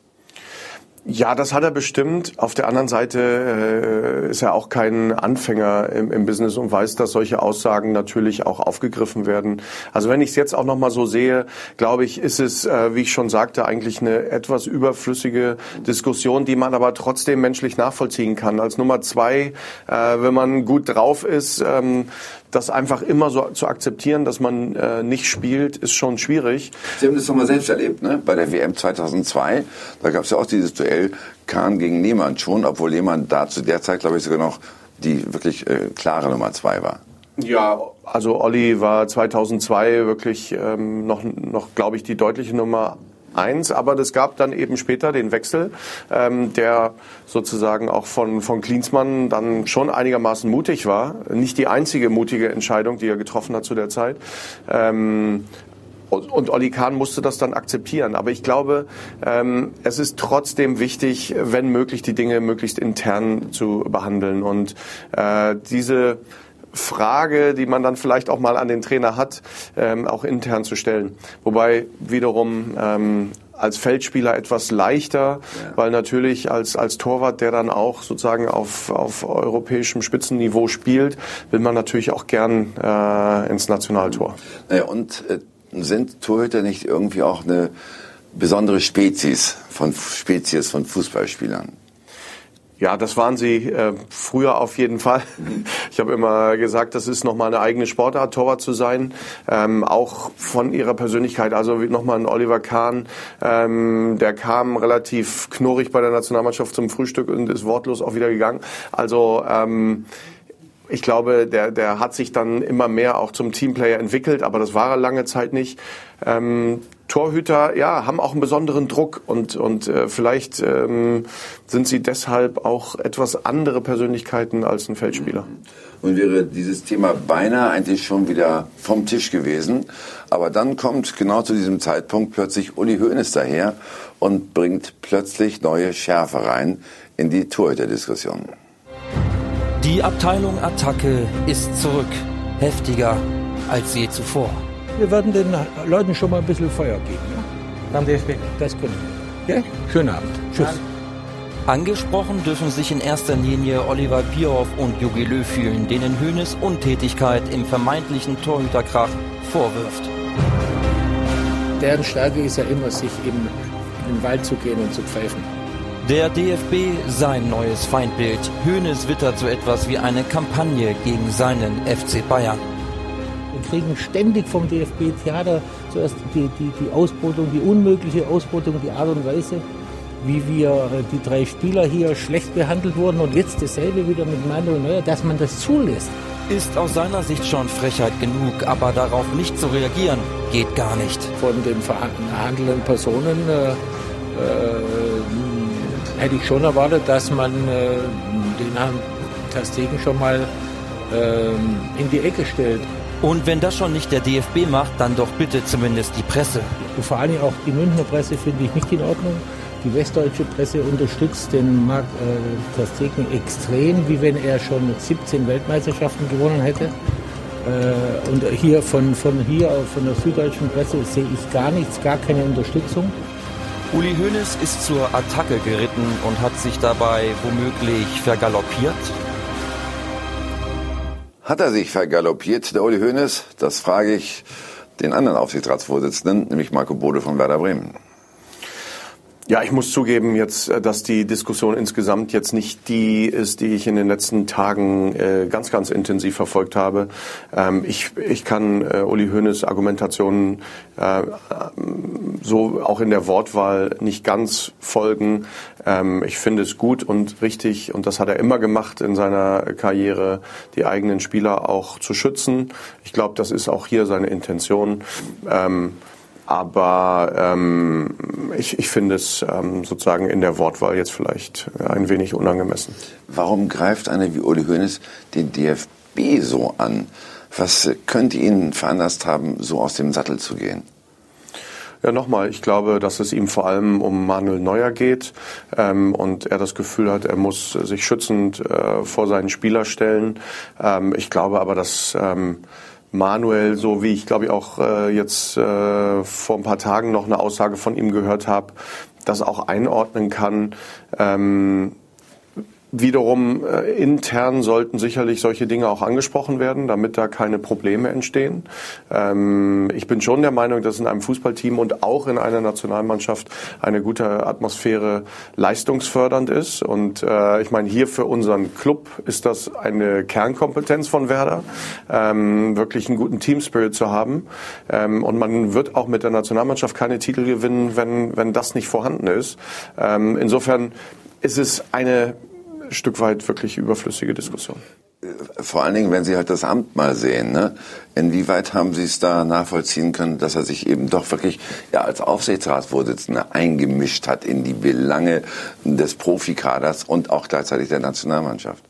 Ja, das hat er bestimmt. Auf der anderen Seite äh, ist er auch kein Anfänger im, im Business und weiß, dass solche Aussagen natürlich auch aufgegriffen werden. Also wenn ich es jetzt auch noch mal so sehe, glaube ich, ist es, äh, wie ich schon sagte, eigentlich eine etwas überflüssige Diskussion, die man aber trotzdem menschlich nachvollziehen kann. Als Nummer zwei, äh, wenn man gut drauf ist, ähm, das einfach immer so zu akzeptieren, dass man äh, nicht spielt, ist schon schwierig. Sie haben das doch mal selbst erlebt, ne? Bei der W M zweitausendzwei, da gab es ja auch dieses Duell Kahn gegen Lehmann schon, obwohl Lehmann da zu der Zeit, glaube ich, sogar noch die wirklich äh, klare Nummer zwei war. Ja, also Olli war zweitausendzwei wirklich ähm, noch, noch glaube ich, die deutliche Nummer eins, aber es gab dann eben später den Wechsel, ähm, der sozusagen auch von von Klinsmann dann schon einigermaßen mutig war. Nicht die einzige mutige Entscheidung, die er getroffen hat zu der Zeit. Ähm, und, und Olli Kahn musste das dann akzeptieren. Aber ich glaube, ähm, es ist trotzdem wichtig, wenn möglich, die Dinge möglichst intern zu behandeln. Und äh, diese Frage, die man dann vielleicht auch mal an den Trainer hat, ähm, auch intern zu stellen. Wobei wiederum ähm, als Feldspieler etwas leichter, ja. Weil natürlich als als Torwart, der dann auch sozusagen auf auf europäischem Spitzenniveau spielt, will man natürlich auch gern äh, ins Nationaltor. Naja, und äh, sind Torhüter nicht irgendwie auch eine besondere Spezies von Spezies von Fußballspielern? Ja, das waren sie äh, früher auf jeden Fall. Ich habe immer gesagt, das ist nochmal eine eigene Sportart, Torwart zu sein. Ähm, auch von ihrer Persönlichkeit. Also nochmal ein Oliver Kahn, ähm, der kam relativ knurrig bei der Nationalmannschaft zum Frühstück und ist wortlos auch wieder gegangen. Also ähm, ich glaube, der, der hat sich dann immer mehr auch zum Teamplayer entwickelt, aber das war er lange Zeit nicht. Ähm, Torhüter, ja, haben auch einen besonderen Druck und und äh, vielleicht ähm, sind sie deshalb auch etwas andere Persönlichkeiten als ein Feldspieler. Und wäre dieses Thema beinahe eigentlich schon wieder vom Tisch gewesen, aber dann kommt genau zu diesem Zeitpunkt plötzlich Uli Hoeneß daher und bringt plötzlich neue Schärfe rein in die Torhüterdiskussion. Die Abteilung Attacke ist zurück, heftiger als je zuvor. Wir werden den Leuten schon mal ein bisschen Feuer geben. Ja? Beim D F B. Das können wir. Ja? Schönen Abend. Tschüss. Angesprochen dürfen sich in erster Linie Oliver Bierhoff und Jogi Löw fühlen, denen Hoeneß Untätigkeit im vermeintlichen Torhüterkrach vorwirft. Deren Stärke ist ja immer, sich im, in den Wald zu gehen und zu pfeifen. Der D F B sein neues Feindbild. Hoeneß wittert so etwas wie eine Kampagne gegen seinen F C Bayern. Wir kriegen ständig vom D F B-Theater zuerst die, die, die Ausbeutung, die unmögliche Ausbeutung, die Art und Weise, wie wir die drei Spieler hier schlecht behandelt wurden. Und jetzt dasselbe wieder mit Manuel Neuer, dass man das zulässt. Ist aus seiner Sicht schon Frechheit genug, aber darauf nicht zu reagieren, geht gar nicht. Von den verhandelnden Personen äh, äh, hätte ich schon erwartet, dass man äh, den Herrn Ter Stegen schon mal äh, in die Ecke stellt. Und wenn das schon nicht der D F B macht, dann doch bitte zumindest die Presse. Und vor allem auch die Münchner Presse finde ich nicht in Ordnung. Die westdeutsche Presse unterstützt den Marc äh, Ter Stegen extrem, wie wenn er schon siebzehn Weltmeisterschaften gewonnen hätte. Äh, und hier von, von hier, von der süddeutschen Presse, sehe ich gar nichts, gar keine Unterstützung. Uli Hoeneß ist zur Attacke geritten und hat sich dabei womöglich vergaloppiert. Hat er sich vergaloppiert, der Uli Hoeneß? Das frage ich den anderen Aufsichtsratsvorsitzenden, nämlich Marco Bode von Werder Bremen. Ja, ich muss zugeben jetzt, dass die Diskussion insgesamt jetzt nicht die ist, die ich in den letzten Tagen äh, ganz, ganz intensiv verfolgt habe. Ähm, ich, ich kann äh, Uli Hoeneß Argumentationen äh, so auch in der Wortwahl nicht ganz folgen. Ähm, ich finde es gut und richtig, und das hat er immer gemacht in seiner Karriere, die eigenen Spieler auch zu schützen. Ich glaube, das ist auch hier seine Intention. Ähm, Aber ähm, ich, ich finde es ähm, sozusagen in der Wortwahl jetzt vielleicht ein wenig unangemessen. Warum greift einer wie Uli Hoeneß den D F B so an? Was könnte ihn veranlasst haben, so aus dem Sattel zu gehen? Ja, nochmal, ich glaube, dass es ihm vor allem um Manuel Neuer geht ähm, und er das Gefühl hat, er muss sich schützend äh, vor seinen Spieler stellen. Ähm, ich glaube aber, dass ähm, Manuel, so wie ich glaube ich auch äh, jetzt äh, vor ein paar Tagen noch eine Aussage von ihm gehört habe, das auch einordnen kann. Ähm, Wiederum äh, intern sollten sicherlich solche Dinge auch angesprochen werden, damit da keine Probleme entstehen. Ähm, ich bin schon der Meinung, dass in einem Fußballteam und auch in einer Nationalmannschaft eine gute Atmosphäre leistungsfördernd ist. Und äh, ich meine, hier für unseren Club ist das eine Kernkompetenz von Werder, ähm, wirklich einen guten Teamspirit zu haben. Ähm, und man wird auch mit der Nationalmannschaft keine Titel gewinnen, wenn, wenn das nicht vorhanden ist. Ähm, insofern ist es eine Stück weit wirklich überflüssige Diskussion. Vor allen Dingen, wenn Sie halt das Amt mal sehen, ne? Inwieweit haben Sie es da nachvollziehen können, dass er sich eben doch wirklich ja als Aufsichtsratsvorsitzender eingemischt hat in die Belange des Profikaders und auch gleichzeitig der Nationalmannschaft?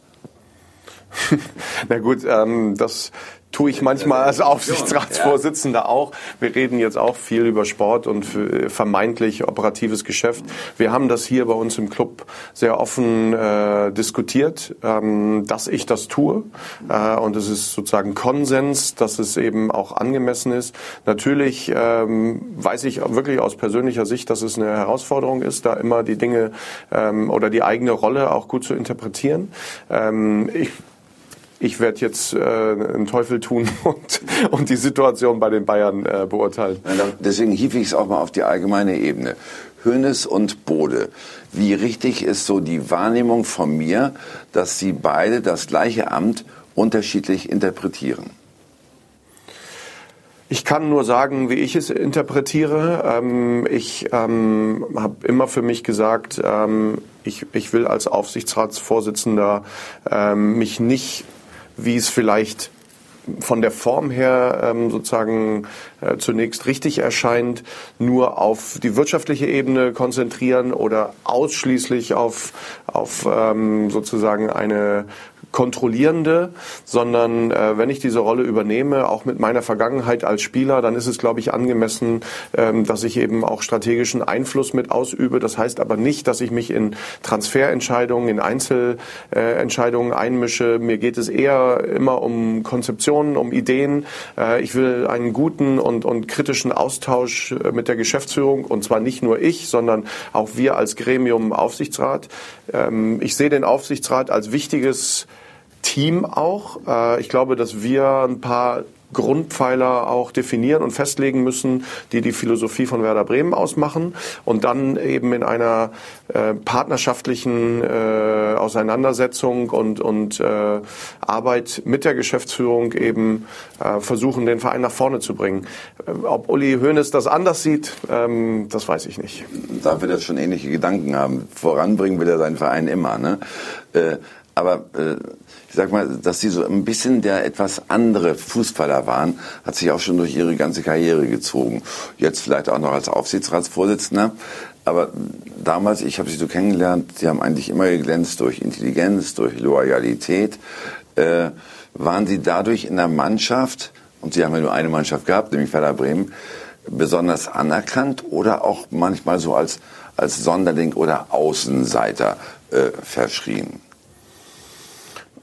Na gut, ähm, das tue ich manchmal als Aufsichtsratsvorsitzender auch. Wir reden jetzt auch viel über Sport und vermeintlich operatives Geschäft. Wir haben das hier bei uns im Club sehr offen äh, diskutiert, ähm, dass ich das tue. Äh, und es ist sozusagen Konsens, dass es eben auch angemessen ist. Natürlich ähm, weiß ich wirklich aus persönlicher Sicht, dass es eine Herausforderung ist, da immer die Dinge ähm, oder die eigene Rolle auch gut zu interpretieren. Ähm, ich Ich werde jetzt äh, einen Teufel tun und, und die Situation bei den Bayern äh, beurteilen. Deswegen hief ich es auch mal auf die allgemeine Ebene. Hoeneß und Bode. Wie richtig ist so die Wahrnehmung von mir, dass Sie beide das gleiche Amt unterschiedlich interpretieren? Ich kann nur sagen, wie ich es interpretiere. Ähm, ich ähm, habe immer für mich gesagt, ähm, ich, ich will als Aufsichtsratsvorsitzender ähm, mich nicht, wie es vielleicht von der Form her ähm, sozusagen äh, zunächst richtig erscheint, nur auf die wirtschaftliche Ebene konzentrieren oder ausschließlich auf, auf ähm, sozusagen eine kontrollierende, sondern äh, wenn ich diese Rolle übernehme, auch mit meiner Vergangenheit als Spieler, dann ist es, glaube ich, angemessen, ähm, dass ich eben auch strategischen Einfluss mit ausübe. Das heißt aber nicht, dass ich mich in Transferentscheidungen, in Einzelentscheidungen äh, einmische. Mir geht es eher immer um Konzeptionen, um Ideen. Äh, ich will einen guten und, und kritischen Austausch äh, mit der Geschäftsführung, und zwar nicht nur ich, sondern auch wir als Gremium Aufsichtsrat. Ähm, ich sehe den Aufsichtsrat als wichtiges Team auch. Ich glaube, dass wir ein paar Grundpfeiler auch definieren und festlegen müssen, die die Philosophie von Werder Bremen ausmachen, und dann eben in einer äh, partnerschaftlichen äh, Auseinandersetzung und, und äh, Arbeit mit der Geschäftsführung eben äh, versuchen, den Verein nach vorne zu bringen. Äh, ob Uli Hoeneß das anders sieht, ähm, das weiß ich nicht. Da wird er schon ähnliche Gedanken haben. Voranbringen will er seinen Verein immer, ne? Äh, aber äh, ich sag mal, dass Sie so ein bisschen der etwas andere Fußballer waren, hat sich auch schon durch Ihre ganze Karriere gezogen. Jetzt vielleicht auch noch als Aufsichtsratsvorsitzender. Aber damals, ich habe Sie so kennengelernt, Sie haben eigentlich immer geglänzt durch Intelligenz, durch Loyalität. Äh, waren Sie dadurch in der Mannschaft, und Sie haben ja nur eine Mannschaft gehabt, nämlich Werder Bremen, besonders anerkannt oder auch manchmal so als, als Sonderling oder Außenseiter äh, verschrien?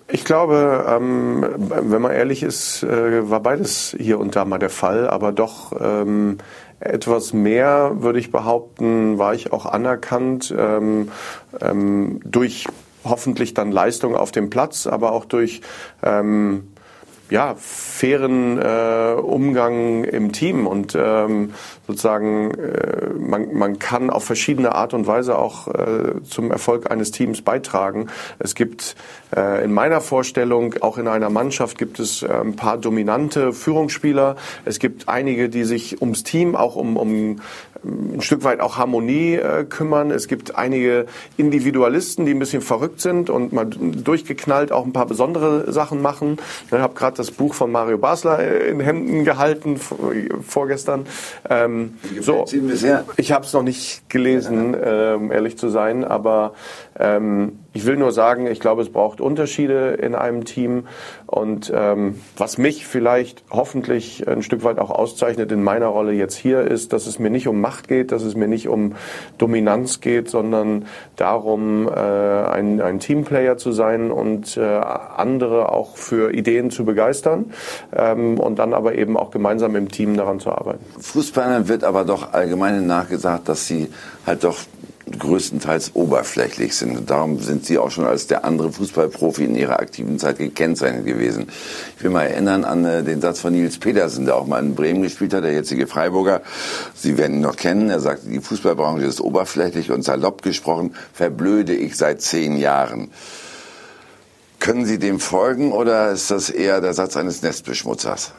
Ich glaube, ähm, wenn man ehrlich ist, äh, war beides hier und da mal der Fall, aber doch ähm, etwas mehr, würde ich behaupten, war ich auch anerkannt ähm, ähm, durch hoffentlich dann Leistung auf dem Platz, aber auch durch ähm, ja, fairen äh, Umgang im Team und ähm, sozusagen äh, man, man kann auf verschiedene Art und Weise auch äh, zum Erfolg eines Teams beitragen. Es gibt äh, in meiner Vorstellung, auch in einer Mannschaft, gibt es äh, ein paar dominante Führungsspieler. Es gibt einige, die sich ums Team, auch um, um ein Stück weit auch Harmonie äh, kümmern. Es gibt einige Individualisten, die ein bisschen verrückt sind und mal durchgeknallt auch ein paar besondere Sachen machen. Ich habe gerade das Buch von Mario Basler in Händen gehalten vorgestern. Ähm, so, ich habe es noch nicht gelesen, ähm, ehrlich zu sein, aber ähm, ich will nur sagen, ich glaube, es braucht Unterschiede in einem Team und ähm, was mich vielleicht hoffentlich ein Stück weit auch auszeichnet in meiner Rolle jetzt hier ist, dass es mir nicht um Macht geht, dass es mir nicht um Dominanz geht, sondern darum, äh, ein, ein Teamplayer zu sein und äh, andere auch für Ideen zu begeistern ähm, und dann aber eben auch gemeinsam im Team daran zu arbeiten. Fußballern wird aber doch allgemein nachgesagt, dass sie halt doch größtenteils oberflächlich sind. Und darum sind Sie auch schon als der andere Fußballprofi in Ihrer aktiven Zeit gekennzeichnet gewesen. Ich will mal erinnern an äh, den Satz von Nils Petersen, der auch mal in Bremen gespielt hat, der jetzige Freiburger. Sie werden ihn noch kennen. Er sagt, die Fußballbranche ist oberflächlich und salopp gesprochen, verblöde ich seit zehn Jahren. Können Sie dem folgen oder ist das eher der Satz eines Nestbeschmutzers?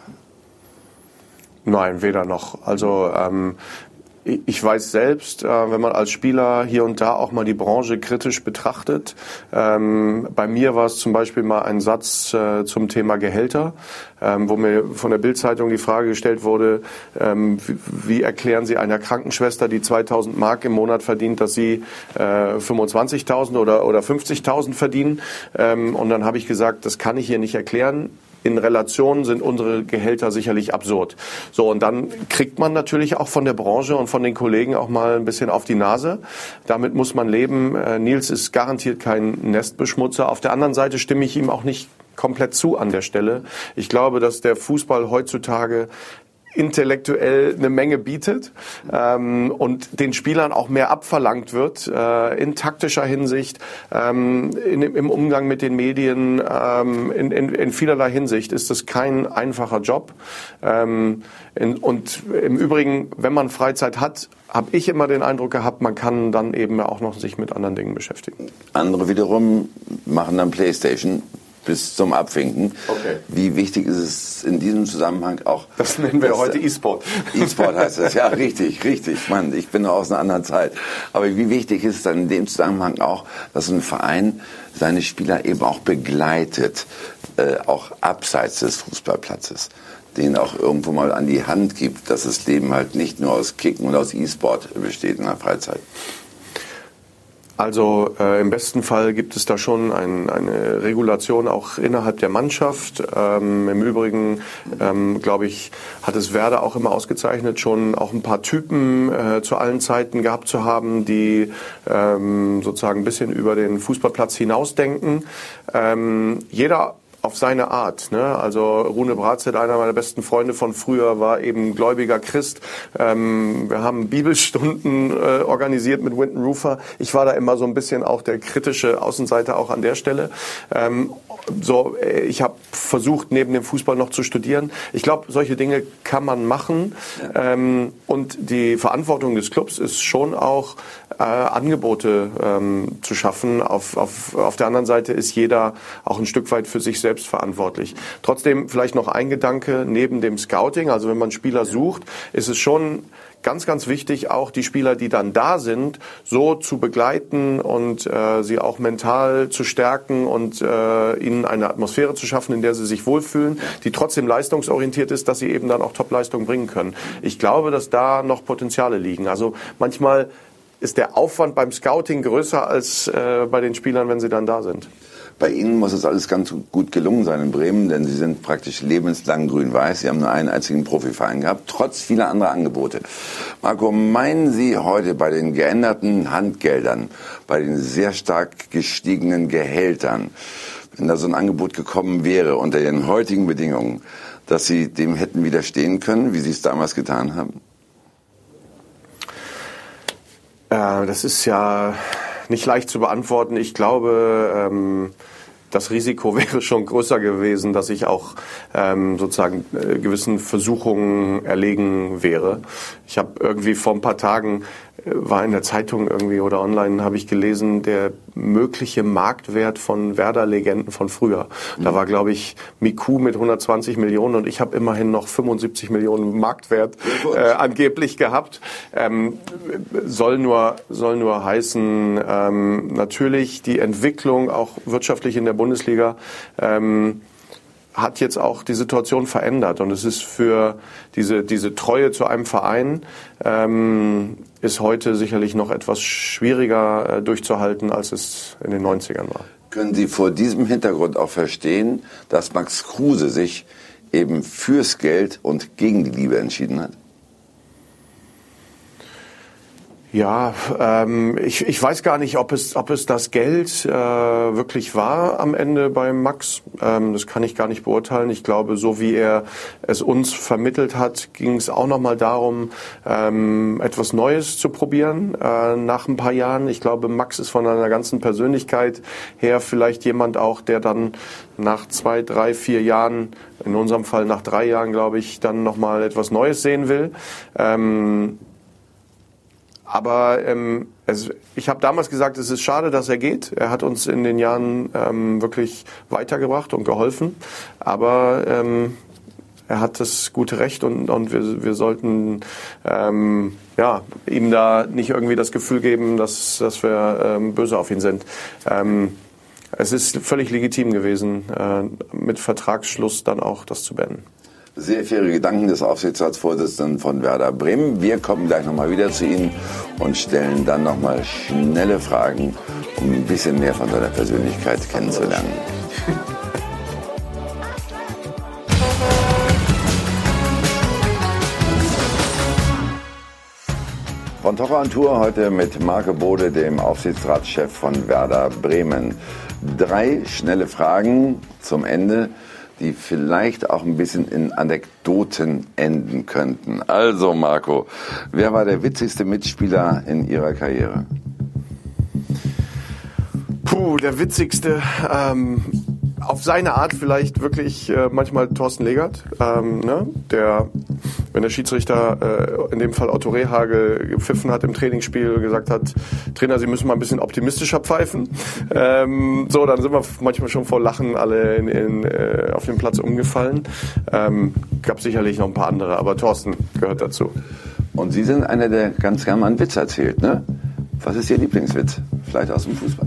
Nein, weder noch. Also ähm, ich weiß selbst, wenn man als Spieler hier und da auch mal die Branche kritisch betrachtet. Ähm, bei mir war es zum Beispiel mal ein Satz äh, zum Thema Gehälter, ähm, wo mir von der Bild-Zeitung die Frage gestellt wurde, ähm, wie, wie erklären Sie einer Krankenschwester, die zweitausend Mark im Monat verdient, dass sie äh, fünfundzwanzigtausend oder, oder fünfzigtausend verdienen? Ähm, und dann habe ich gesagt, das kann ich hier nicht erklären. In Relation sind unsere Gehälter sicherlich absurd. So, und dann kriegt man natürlich auch von der Branche und von den Kollegen auch mal ein bisschen auf die Nase. Damit muss man leben. Äh, Nils ist garantiert kein Nestbeschmutzer. Auf der anderen Seite stimme ich ihm auch nicht komplett zu an der Stelle. Ich glaube, dass der Fußball heutzutage intellektuell eine Menge bietet ähm, und den Spielern auch mehr abverlangt wird äh, in taktischer Hinsicht, ähm, in, im Umgang mit den Medien, ähm, in, in, in vielerlei Hinsicht ist das kein einfacher Job. Ähm, in, und im Übrigen, wenn man Freizeit hat, habe ich immer den Eindruck gehabt, man kann dann eben auch noch sich mit anderen Dingen beschäftigen. Andere wiederum machen dann Playstation bis zum Abwinken. Okay. Wie wichtig ist es in diesem Zusammenhang auch? Das nennen wir heute E-Sport. E-Sport heißt das, ja, richtig, richtig. Mann, ich bin noch aus einer anderen Zeit. Aber wie wichtig ist es dann in dem Zusammenhang auch, dass ein Verein seine Spieler eben auch begleitet, äh, auch abseits des Fußballplatzes, denen auch irgendwo mal an die Hand gibt, dass das Leben halt nicht nur aus Kicken und aus E-Sport besteht in der Freizeit? Also äh, im besten Fall gibt es da schon ein, eine Regulation auch innerhalb der Mannschaft. Ähm, im Übrigen, ähm, glaube ich, hat es Werder auch immer ausgezeichnet, schon auch ein paar Typen äh, zu allen Zeiten gehabt zu haben, die ähm, sozusagen ein bisschen über den Fußballplatz hinausdenken. Ähm, jeder auf seine Art. Ne? Also Rune Bratzett, einer meiner besten Freunde von früher, war eben gläubiger Christ. Ähm, wir haben Bibelstunden äh, organisiert mit Winton Rufer. Ich war da immer so ein bisschen auch der kritische Außenseiter auch an der Stelle. Ähm, so, ich habe versucht, neben dem Fußball noch zu studieren. Ich glaube, solche Dinge kann man machen. Ähm, und die Verantwortung des Clubs ist schon auch, äh, Angebote ähm, zu schaffen. Auf, auf, auf der anderen Seite ist jeder auch ein Stück weit für sich selbst verantwortlich. Trotzdem vielleicht noch ein Gedanke neben dem Scouting. Also wenn man Spieler sucht, ist es schon ganz, ganz wichtig, auch die Spieler, die dann da sind, so zu begleiten und äh, sie auch mental zu stärken und äh, ihnen eine Atmosphäre zu schaffen, in der sie sich wohlfühlen, die trotzdem leistungsorientiert ist, dass sie eben dann auch Top-Leistung bringen können. Ich glaube, dass da noch Potenziale liegen. Also manchmal ist der Aufwand beim Scouting größer als äh, bei den Spielern, wenn sie dann da sind. Bei Ihnen muss es alles ganz gut gelungen sein in Bremen, denn Sie sind praktisch lebenslang grün-weiß. Sie haben nur einen einzigen Profiverein gehabt, trotz vieler anderer Angebote. Marco, meinen Sie heute bei den geänderten Handgeldern, bei den sehr stark gestiegenen Gehältern, wenn da so ein Angebot gekommen wäre unter den heutigen Bedingungen, dass Sie dem hätten widerstehen können, wie Sie es damals getan haben? Äh, das ist ja nicht leicht zu beantworten. Ich glaube, ähm, das Risiko wäre schon größer gewesen, dass ich auch ähm, sozusagen äh, gewissen Versuchungen erlegen wäre. Ich habe irgendwie vor ein paar Tagen, äh, war in der Zeitung irgendwie oder online, habe ich gelesen, der mögliche Marktwert von Werder-Legenden von früher. Mhm. Da war, glaube ich, Miku mit hundertzwanzig Millionen und ich habe immerhin noch fünfundsiebzig Millionen Marktwert äh, angeblich gehabt. Ähm, soll nur soll nur heißen, ähm, natürlich die Entwicklung auch wirtschaftlich in der Bundesliga ähm, hat jetzt auch die Situation verändert und es ist für diese diese Treue zu einem Verein ähm, ist heute sicherlich noch etwas schwieriger äh, durchzuhalten, als es in den neunzigern war. Können Sie vor diesem Hintergrund auch verstehen, dass Max Kruse sich eben fürs Geld und gegen die Liebe entschieden hat? Ja, ähm, ich, ich weiß gar nicht, ob es, ob es das Geld äh, wirklich war am Ende bei Max. Ähm, das kann ich gar nicht beurteilen. Ich glaube, so wie er es uns vermittelt hat, ging es auch nochmal darum, ähm, etwas Neues zu probieren äh, nach ein paar Jahren. Ich glaube, Max ist von seiner ganzen Persönlichkeit her vielleicht jemand auch, der dann nach zwei, drei, vier Jahren, in unserem Fall nach drei Jahren, glaube ich, dann nochmal etwas Neues sehen will. Ähm, Aber ähm, es, ich habe damals gesagt, es ist schade, dass er geht. Er hat uns in den Jahren ähm, wirklich weitergebracht und geholfen. Aber ähm, er hat das gute Recht und, und wir, wir sollten ähm, ja, ihm da nicht irgendwie das Gefühl geben, dass, dass wir ähm, böse auf ihn sind. Ähm, es ist völlig legitim gewesen, äh, mit Vertragsschluss dann auch das zu beenden. Sehr faire Gedanken des Aufsichtsratsvorsitzenden von Werder Bremen. Wir kommen gleich nochmal wieder zu Ihnen und stellen dann nochmal schnelle Fragen, um ein bisschen mehr von seiner Persönlichkeit kennenzulernen. Von Torra on Tour heute mit Marco Bode, dem Aufsichtsratschef von Werder Bremen. Drei schnelle Fragen zum Ende, die vielleicht auch ein bisschen in Anekdoten enden könnten. Also Marco, wer war der witzigste Mitspieler in Ihrer Karriere? Puh, der witzigste, ähm, auf seine Art vielleicht wirklich äh, manchmal Thorsten Legert, ähm, ne? der, wenn der Schiedsrichter äh, in dem Fall Otto Rehhagel gepfiffen hat im Trainingsspiel, gesagt hat, Trainer, Sie müssen mal ein bisschen optimistischer pfeifen. Ähm, so, dann sind wir manchmal schon vor Lachen alle in, in, äh, auf dem Platz umgefallen. Ähm, gab sicherlich noch ein paar andere, aber Thorsten gehört dazu. Und Sie sind einer, der ganz gerne mal einen Witz erzählt, ne? Was ist Ihr Lieblingswitz? Vielleicht aus dem Fußball?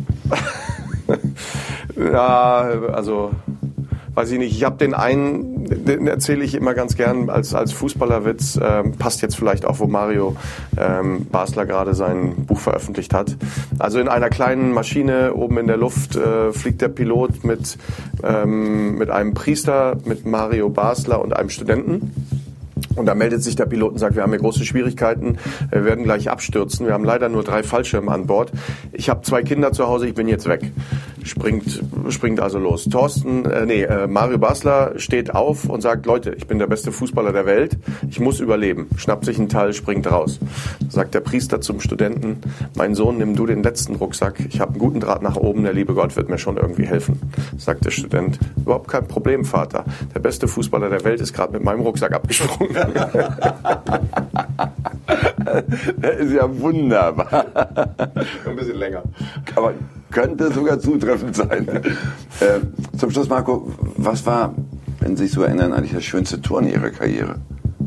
Ja, also weiß ich nicht. Ich habe den einen, den erzähle ich immer ganz gern als als Fußballerwitz. Ähm, passt jetzt vielleicht auch, wo Mario ähm, Basler gerade sein Buch veröffentlicht hat. Also in einer kleinen Maschine oben in der Luft äh, fliegt der Pilot mit ähm, mit einem Priester, mit Mario Basler und einem Studenten. Und da meldet sich der Pilot und sagt, wir haben hier große Schwierigkeiten, wir werden gleich abstürzen. Wir haben leider nur drei Fallschirme an Bord. Ich habe zwei Kinder zu Hause, ich bin jetzt weg. Springt, springt also los. Thorsten, äh, nee, äh, Mario Basler steht auf und sagt, Leute, ich bin der beste Fußballer der Welt, ich muss überleben. Schnappt sich einen Teil, springt raus. Sagt der Priester zum Studenten, mein Sohn, nimm du den letzten Rucksack, ich habe einen guten Draht nach oben, der liebe Gott wird mir schon irgendwie helfen. Sagt der Student, überhaupt kein Problem, Vater. Der beste Fußballer der Welt ist gerade mit meinem Rucksack abgesprungen. Das ist ja wunderbar. Ein bisschen länger. Aber könnte sogar zutreffend sein. Äh, zum Schluss, Marco, was war, wenn Sie sich so erinnern, eigentlich das schönste Tor in Ihrer Karriere?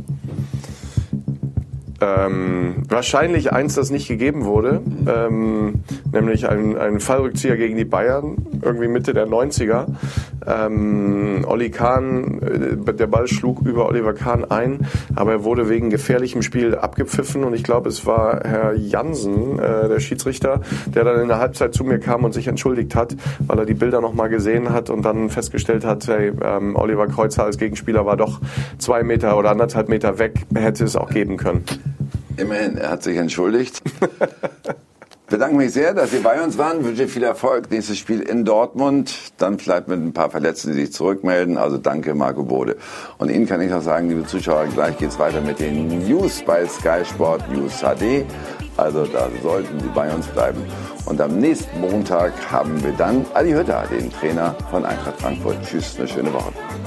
Ähm, wahrscheinlich eins, das nicht gegeben wurde, ähm, nämlich ein, ein Fallrückzieher gegen die Bayern, irgendwie Mitte der neunziger. Ähm, Olli Kahn, äh, der Ball schlug über Oliver Kahn ein, aber er wurde wegen gefährlichem Spiel abgepfiffen und ich glaube, es war Herr Jansen, äh, der Schiedsrichter, der dann in der Halbzeit zu mir kam und sich entschuldigt hat, weil er die Bilder nochmal gesehen hat und dann festgestellt hat, hey, ähm, Oliver Kreuzer als Gegenspieler war doch zwei Meter oder anderthalb Meter weg, hätte es auch geben können. Immerhin, er hat sich entschuldigt. bedanke mich sehr, dass Sie bei uns waren. Wünsche viel Erfolg. Nächstes Spiel in Dortmund. Dann vielleicht mit ein paar Verletzten, die sich zurückmelden. Also danke, Marco Bode. Und Ihnen kann ich auch sagen, liebe Zuschauer, gleich geht's weiter mit den News bei Sky Sport News H D. Also da sollten Sie bei uns bleiben. Und am nächsten Montag haben wir dann Adi Hütter, den Trainer von Eintracht Frankfurt. Tschüss, eine schöne Woche.